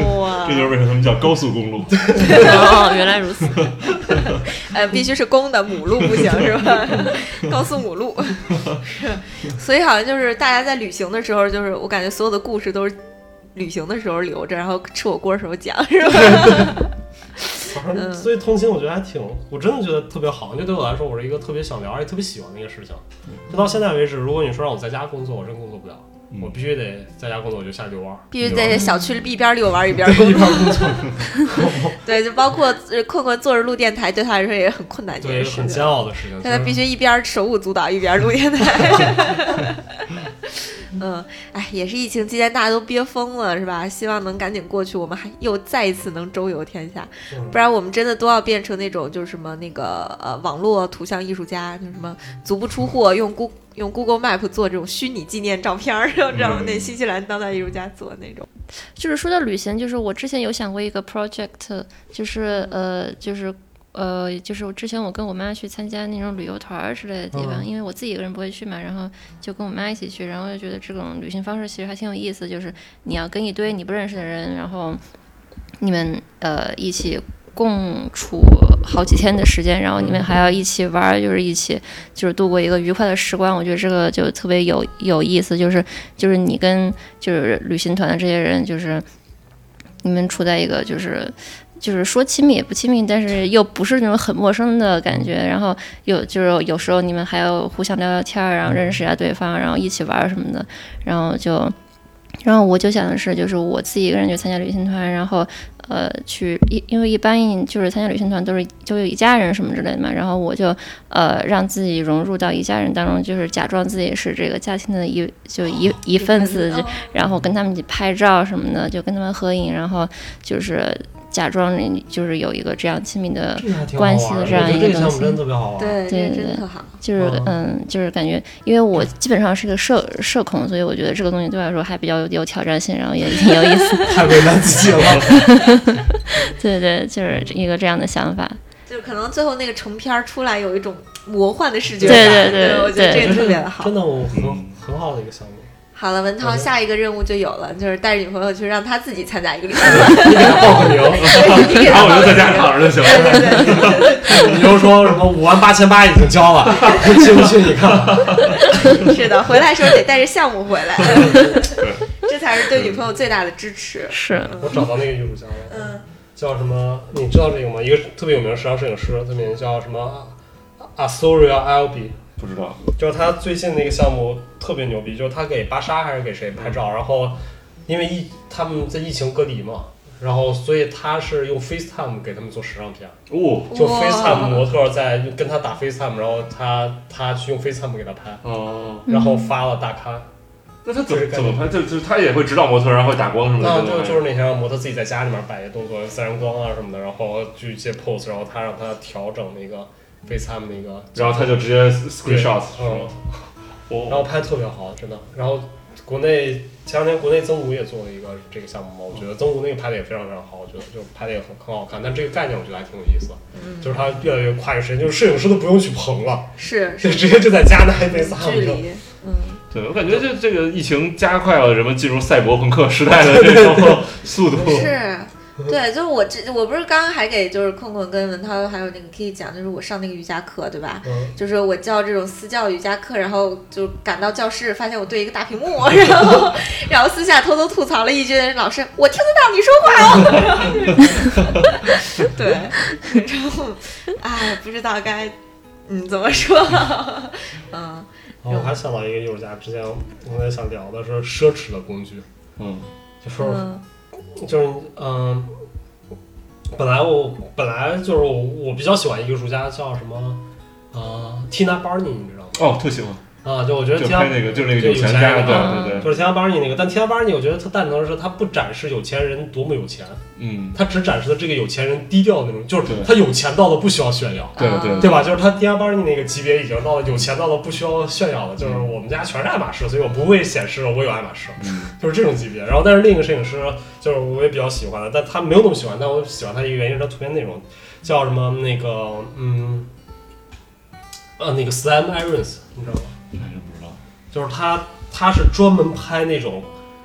这就是为什么他们叫高速公路。 哦，原来如此。 呃，必须是公的，母路不行是吧？高速母路。是，所以好像就是大家在旅行的时候，就是我感觉所有的故事都是旅行的时候留着，然后吃火锅的时候讲，是吧？ 反正所以通勤我觉得还挺，我真的觉得特别好。就对我来说，我是一个特别想聊而且特别喜欢的一个事情。就到现在为止，如果你说让我在家工作，我真工作不了。我必须得在家工作，我就下遛弯， 必须在小区一边遛弯一边工作。对，就包括困困坐着录电台，对他来说也很困难， 对，很煎熬的事情。 他必须一边手舞足蹈一边录电台。嗯，哎，也是疫情期间大家都憋疯了，是吧？希望能赶紧过去，我们还又再一次能周游天下，不然我们真的都要变成那种就是什么那个呃网络图像艺术家，就是什么足不出户用 Google 用 Google Map 做这种虚拟纪念照片，然后让那新西兰当代艺术家做那种。 就是说到旅行，就是我之前有想过一个 project， 就是呃就是呃就是我之前我跟我妈去参加那种旅游团之类的地方，嗯、因为我自己一个人不会去嘛，然后就跟我妈一起去，然后就觉得这种旅行方式其实还挺有意思，就是你要跟一堆你不认识的人，然后你们呃一起共处好几天的时间，然后你们还要一起玩，就是一起就是度过一个愉快的时光。我觉得这个就特别有有意思，就是就是你跟就是旅行团的这些人，就是你们处在一个就是就是说亲密也不亲密，但是又不是那种很陌生的感觉。然后有就是有时候你们还要互相聊聊天，然后认识一下对方，然后一起玩什么的，然后就。然后我就想的是，就是我自己一个人去参加旅行团，然后呃去，因为一般就是参加旅行团都是就有一家人什么之类的嘛，然后我就呃让自己融入到一家人当中，就是假装自己是这个家庭的一就一一份子，就然后跟他们一起拍照什么的，就跟他们合影，然后就是假装就是有一个这样亲密的关系的这样一个东西。 对对对对，就是嗯，就是感觉，因为我基本上是个社社恐，所以我觉得这个东西对我来说还比较有有挑战性，然后也挺有意思。 太为难自己了。 对对，就是一个这样的想法。 就是可能最后那个成片出来有一种魔幻的视觉感。 对对对， 我觉得这个特别的好。 真的，我很很好的一个项目。 好了，文涛，下一个任务就有了，就是带着女朋友去让她自己参加一个旅行团，你给她报个名， 然后我就在家躺着就行了。 对对对， 你就说什么五万八千八已经交了，信不信？你看。 是的，回来的时候得带着项目回来，这才是对女朋友最大的支持。 是我找到那个艺术家了，嗯，叫什么？你知道这个吗？一个特别有名的时尚摄影师，他名叫什么 Astoria Albi。 不知道， 就是他最近那个项目特别牛逼，就是他给芭莎还是给谁拍照，然后因为疫他们在疫情隔离嘛，然后所以他是用 FaceTime 给他们做时尚片， 哦， 就 FaceTime 模特在跟他打 FaceTime， 然后他他去用 FaceTime 给他拍， 哦， 然后发了大刊。 那他怎么怎么拍？就就他也会指导模特，然后会打光什么的。 啊，就就是那天模特自己在家里面摆一些动作，自然光啊什么的，然后就一些 pose， 然后他让他调整那个。FaceTime 那个， 然后他就直接 screenshot， 嗯，然后拍特别好，真的。然后国内前两天国内曾武也做了一个这个项目嘛，我觉得曾武那个拍的也非常非常好，我觉得就拍的也很很好看。但这个概念我觉得还挺有意思，嗯、就是它越来越跨越时间，就是摄影师都不用去棚了， 是， 就直接就在家拿 FaceTime 距离，嗯。 对，我感觉这这个疫情加快了人们进入赛博朋克时代的这种速度。 是。对，就是我这我不是刚刚还给就是困困跟文涛还有那个 K 讲，就是我上那个瑜伽课，对吧？嗯、就是我教这种私教瑜伽课，然后就赶到教室，发现我对一个大屏幕，然后然后私下偷偷吐槽了一句：“老师，我听得到你说话哦。”对，然后哎，不知道该嗯怎么说，嗯。 然后我还想到一个艺术家，之前我也想聊的是奢侈的工具，嗯，就是。嗯就是嗯，本来我本来就是我我比较喜欢一个艺术家叫什么呃 Tina Barney， 你知道吗？ 哦，特喜欢啊！就我觉得 Tina 那个就是那个有钱家，对对对， 就是 Tina Barney 那个。但 Tina Barney 我觉得他蛋疼的是他不展示有钱人多么有钱，嗯，他只展示了这个有钱人低调的那种，就是他有钱到了不需要炫耀， 对对对吧？就是他 Tina Barney 那个级别已经到了有钱到了不需要炫耀了，就是我们家全是爱马仕，所以我不会显示我有爱马仕，嗯，就是这种级别。然后但是另一个摄影师就是我也比较喜欢的，但他没有那么喜欢，但我喜欢他一个原因是他图片内容叫什么那个嗯呃那个 Slam Irons， 你知道吗？ 还是不知道。 就是他他是专门拍那种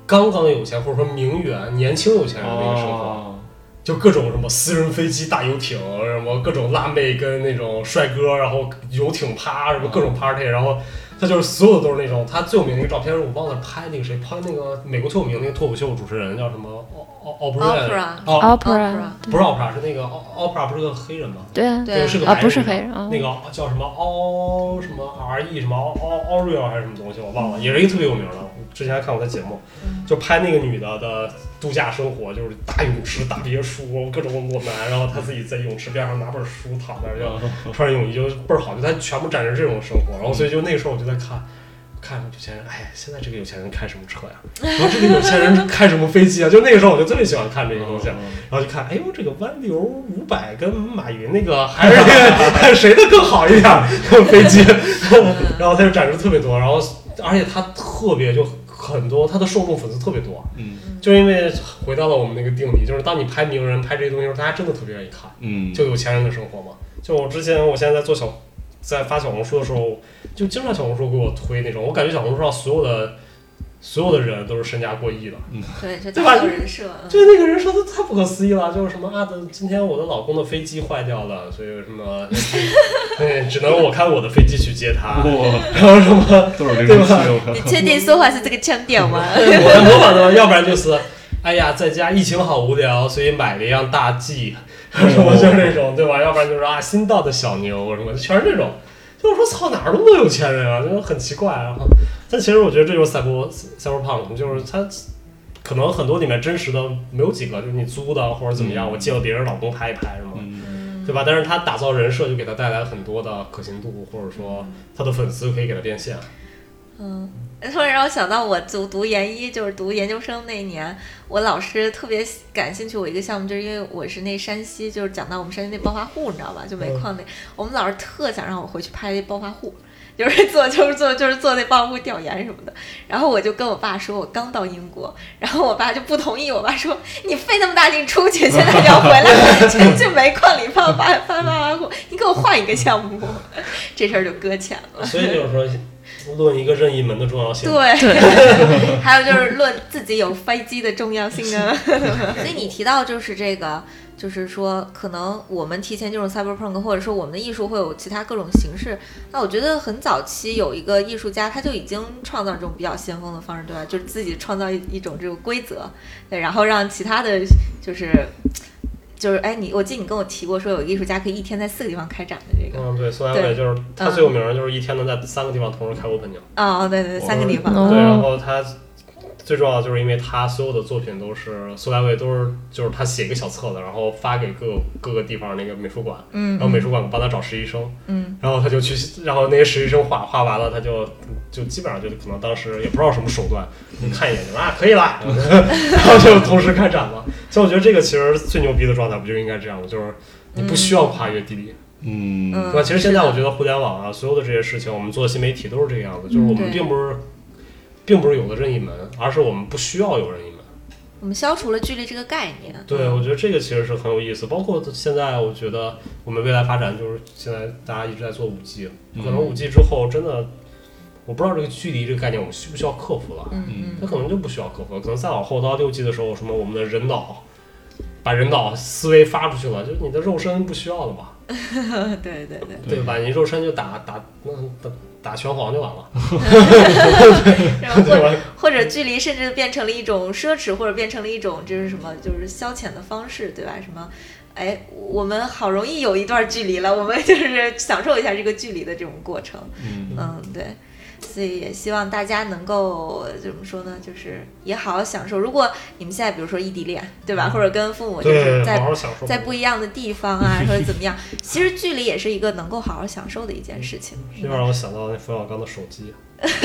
刚刚有钱或者说名媛年轻有钱人的那个生活。 哦就各种什么私人飞机、大游艇，什么各种辣妹跟那种帅哥，然后游艇趴，什么各种 party，然后他就是所有的都是那种。他最有名的一个照片，我忘了拍那个谁拍那个美国最有名的那个脱口秀主持人叫什么奥奥布瑞 Opera， 不是 Opera， 是那个奥 Opera 不是个黑人吗？ 对啊， 对，是个啊，不是黑人啊， 那个叫什么奥什么 R E 什么奥奥奥瑞尔还是什么东西，我忘了，也是一个特别有名的。之前还看过他节目，就拍那个女的的度假生活，就是大泳池、大别墅，各种裸男，然后他自己在泳池边上拿本书躺那儿，就穿着泳衣就倍儿好，就他全部展示这种生活。然后所以就那个时候我就在看，看有钱人，哎，现在这个有钱人开什么车呀？然后这个有钱人开什么飞机啊？就那个时候我就特别喜欢看这个东西，然后就看，哎呦，这个湾流五百跟马云那个还是看谁的更好一点飞机，然后他就展示特别多，然后而且他特别就。很多他的受众粉丝特别多， 嗯， 就因为回到了我们那个定理，就是当你拍名人拍这些东西的时候，大家真的特别愿意看， 嗯， 就有钱人的生活嘛。就我之前，我现在在做小，在发小红书的时候，就经常小红书给我推那种，我感觉小红书上所有的所有的人都是身价过亿的， 嗯，对，这对吧？ 人设， 就那个人设都太不可思议了，就是什么啊的，今天我的老公的飞机坏掉了，所以什么，对，只能我开我的飞机去接他，然后什么， 都是这个对吧？你确定说话是这个腔调吗？ 我的模仿的，要不然就是，哎呀，在家疫情好无聊，所以买了一辆大 G， 什么就是那种，对吧？要不然就是啊，新到的小牛什么，全是这种。就我说操，哪儿那么多有钱人啊？就很奇怪。然后，但其实我觉得这就是赛博赛博朋克，就是他可能很多里面真实的没有几个，就是你租的或者怎么样，我借了别人老公拍一拍什么， 嗯、 对吧？但是他打造人设就给他带来很多的可信度，或者说他的粉丝可以给他变现。 嗯，突然让我想到我读读研一，就是读研究生那一年，我老师特别感兴趣我一个项目，就是因为我是那山西，就是讲到我们山西那暴发户，你知道吧？就煤矿那，嗯、我们老师特想让我回去拍暴发户。就是做就是做就是做那暴发户调研什么的，然后我就跟我爸说，我刚到英国，然后我爸就不同意，我爸说你费那么大劲出去，现在就要回来，去去煤矿里发发发暴发户，你给我换一个项目，这事儿就搁浅了。 所以就是说。论一个任意门的重要性， 对，对还有就是论自己有飞机的重要性啊。所以你提到就是这个，就是说可能我们提前进入 cyberpunk， 或者说我们的艺术会有其他各种形式。那我觉得很早期有一个艺术家，他就已经创造这种比较先锋的方式，对吧？就是自己创造一一种这个规则，对，然后让其他的就是。就是哎，你我记得你跟我提过，说有艺术家可以一天在四个地方开展的这个。 嗯，对，苏亚伟就是他最有名的，就是一天能在三个地方同时开 opening。 哦，对对对，三个地方。 对，然后他最重要的就是因为他所有的作品都是苏亚伟都是就是他写一个小册子，然后发给各各个地方那个美术馆，嗯，然后美术馆帮他找实习生，嗯，然后他就去，然后那些实习生画画完了，他就就基本上就可能当时也不知道什么手段，你看一眼就啊可以了，然后就同时开展了。所以我觉得这个其实最牛逼的状态不就应该这样吗？就是你不需要跨越地理， 嗯， 对吧？其实现在我觉得互联网啊，所有的这些事情，我们做新媒体都是这个样子，就是我们并不是，并不是有了任意门，而是我们不需要有任意门。 我们消除了距离这个概念。 对，我觉得这个其实是很有意思。包括现在，我觉得我们未来发展就是现在大家一直在做五 G， 可能五 G 之后真的。我不知道这个距离这个概念我们需不需要克服了，嗯，它可能就不需要克服了，可能再往后到六 G 的时候，什么我们的人脑，把人脑思维发出去了，就是你的肉身不需要了吧？ 对对对， 对吧？你肉身就打打打打拳皇就完了， 然后或者或者距离甚至变成了一种奢侈，或者变成了一种就是什么就是消遣的方式，对吧？什么？哎，我们好容易有一段距离了，我们就是享受一下这个距离的这种过程，嗯嗯，对。所以也希望大家能够怎么说呢？就是也好好享受。如果你们现在比如说异地恋，对吧？或者跟父母就是在好好在不一样的地方啊，或者怎么样，其实距离也是一个能够好好享受的一件事情。 这让我想到那冯小刚的手机，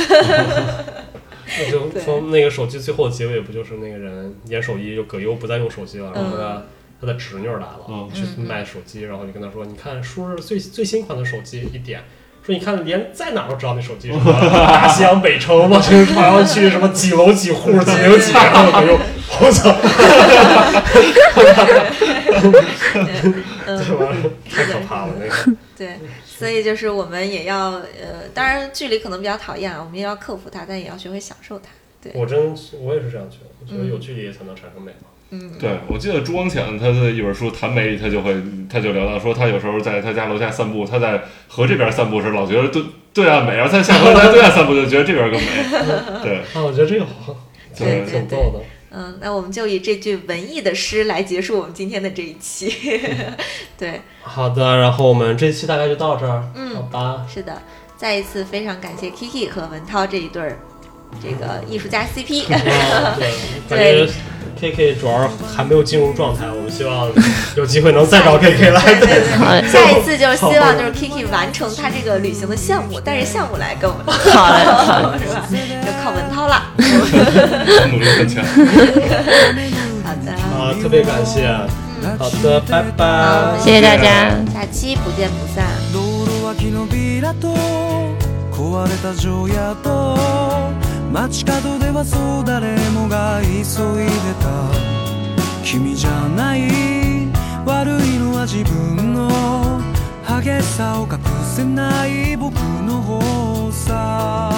那就从那个手机最后的结尾不就是那个人严守一就葛优不再用手机了，然后他的、嗯、他的侄女来了、嗯、去卖手机，然后就跟他说：“你看，叔是最最新款的手机，一点。”说你看，连在哪儿都知道那手机，什么大西洋北城、望京朝阳区，什么几楼几户几零几，然后我就我操，对吧？太可怕了那个。 对，所以就是我们也要呃，当然距离可能比较讨厌啊，我们也要克服它，但也要学会享受它。 对， 我真我也是这样觉得，我觉得有距离才能产生美嘛。 嗯， 对，我记得朱光潜他的一本书《谈美》里，他就会他就聊到说，他有时候在他家楼下散步，他在河这边散步时，老觉得对对岸美，然后他下河在对岸散步，就觉得这边更美。对， 啊，我觉得这个好， 对对对。 挺逗的。 嗯，那我们就以这句文艺的诗来结束我们今天的这一期。对， 好的，然后我们这期大概就到这儿。 嗯， 好吧。 是的，再一次非常感谢 Kiki 和文涛这一对儿这个艺术家 C P。 啊、对，感觉 K K 主要还没有进入状态，我们希望有机会能再找 K K 来。 对对对，下一次就是希望就是 Kiki 完成他这个旅行的项目，带着项目来跟我们好嘞，好是吧？就靠文涛了。 努力很强。 好的， 啊，特别感谢。嗯、好的，拜拜。 好， 谢谢大家， 下期不见不散。 街角ではそう誰もが急いでた君じゃない悪いのは自分の激しさを隠せない僕の方さ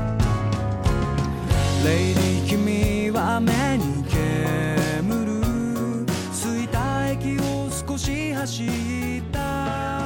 レイディ君は目に煙るついた駅を少し走った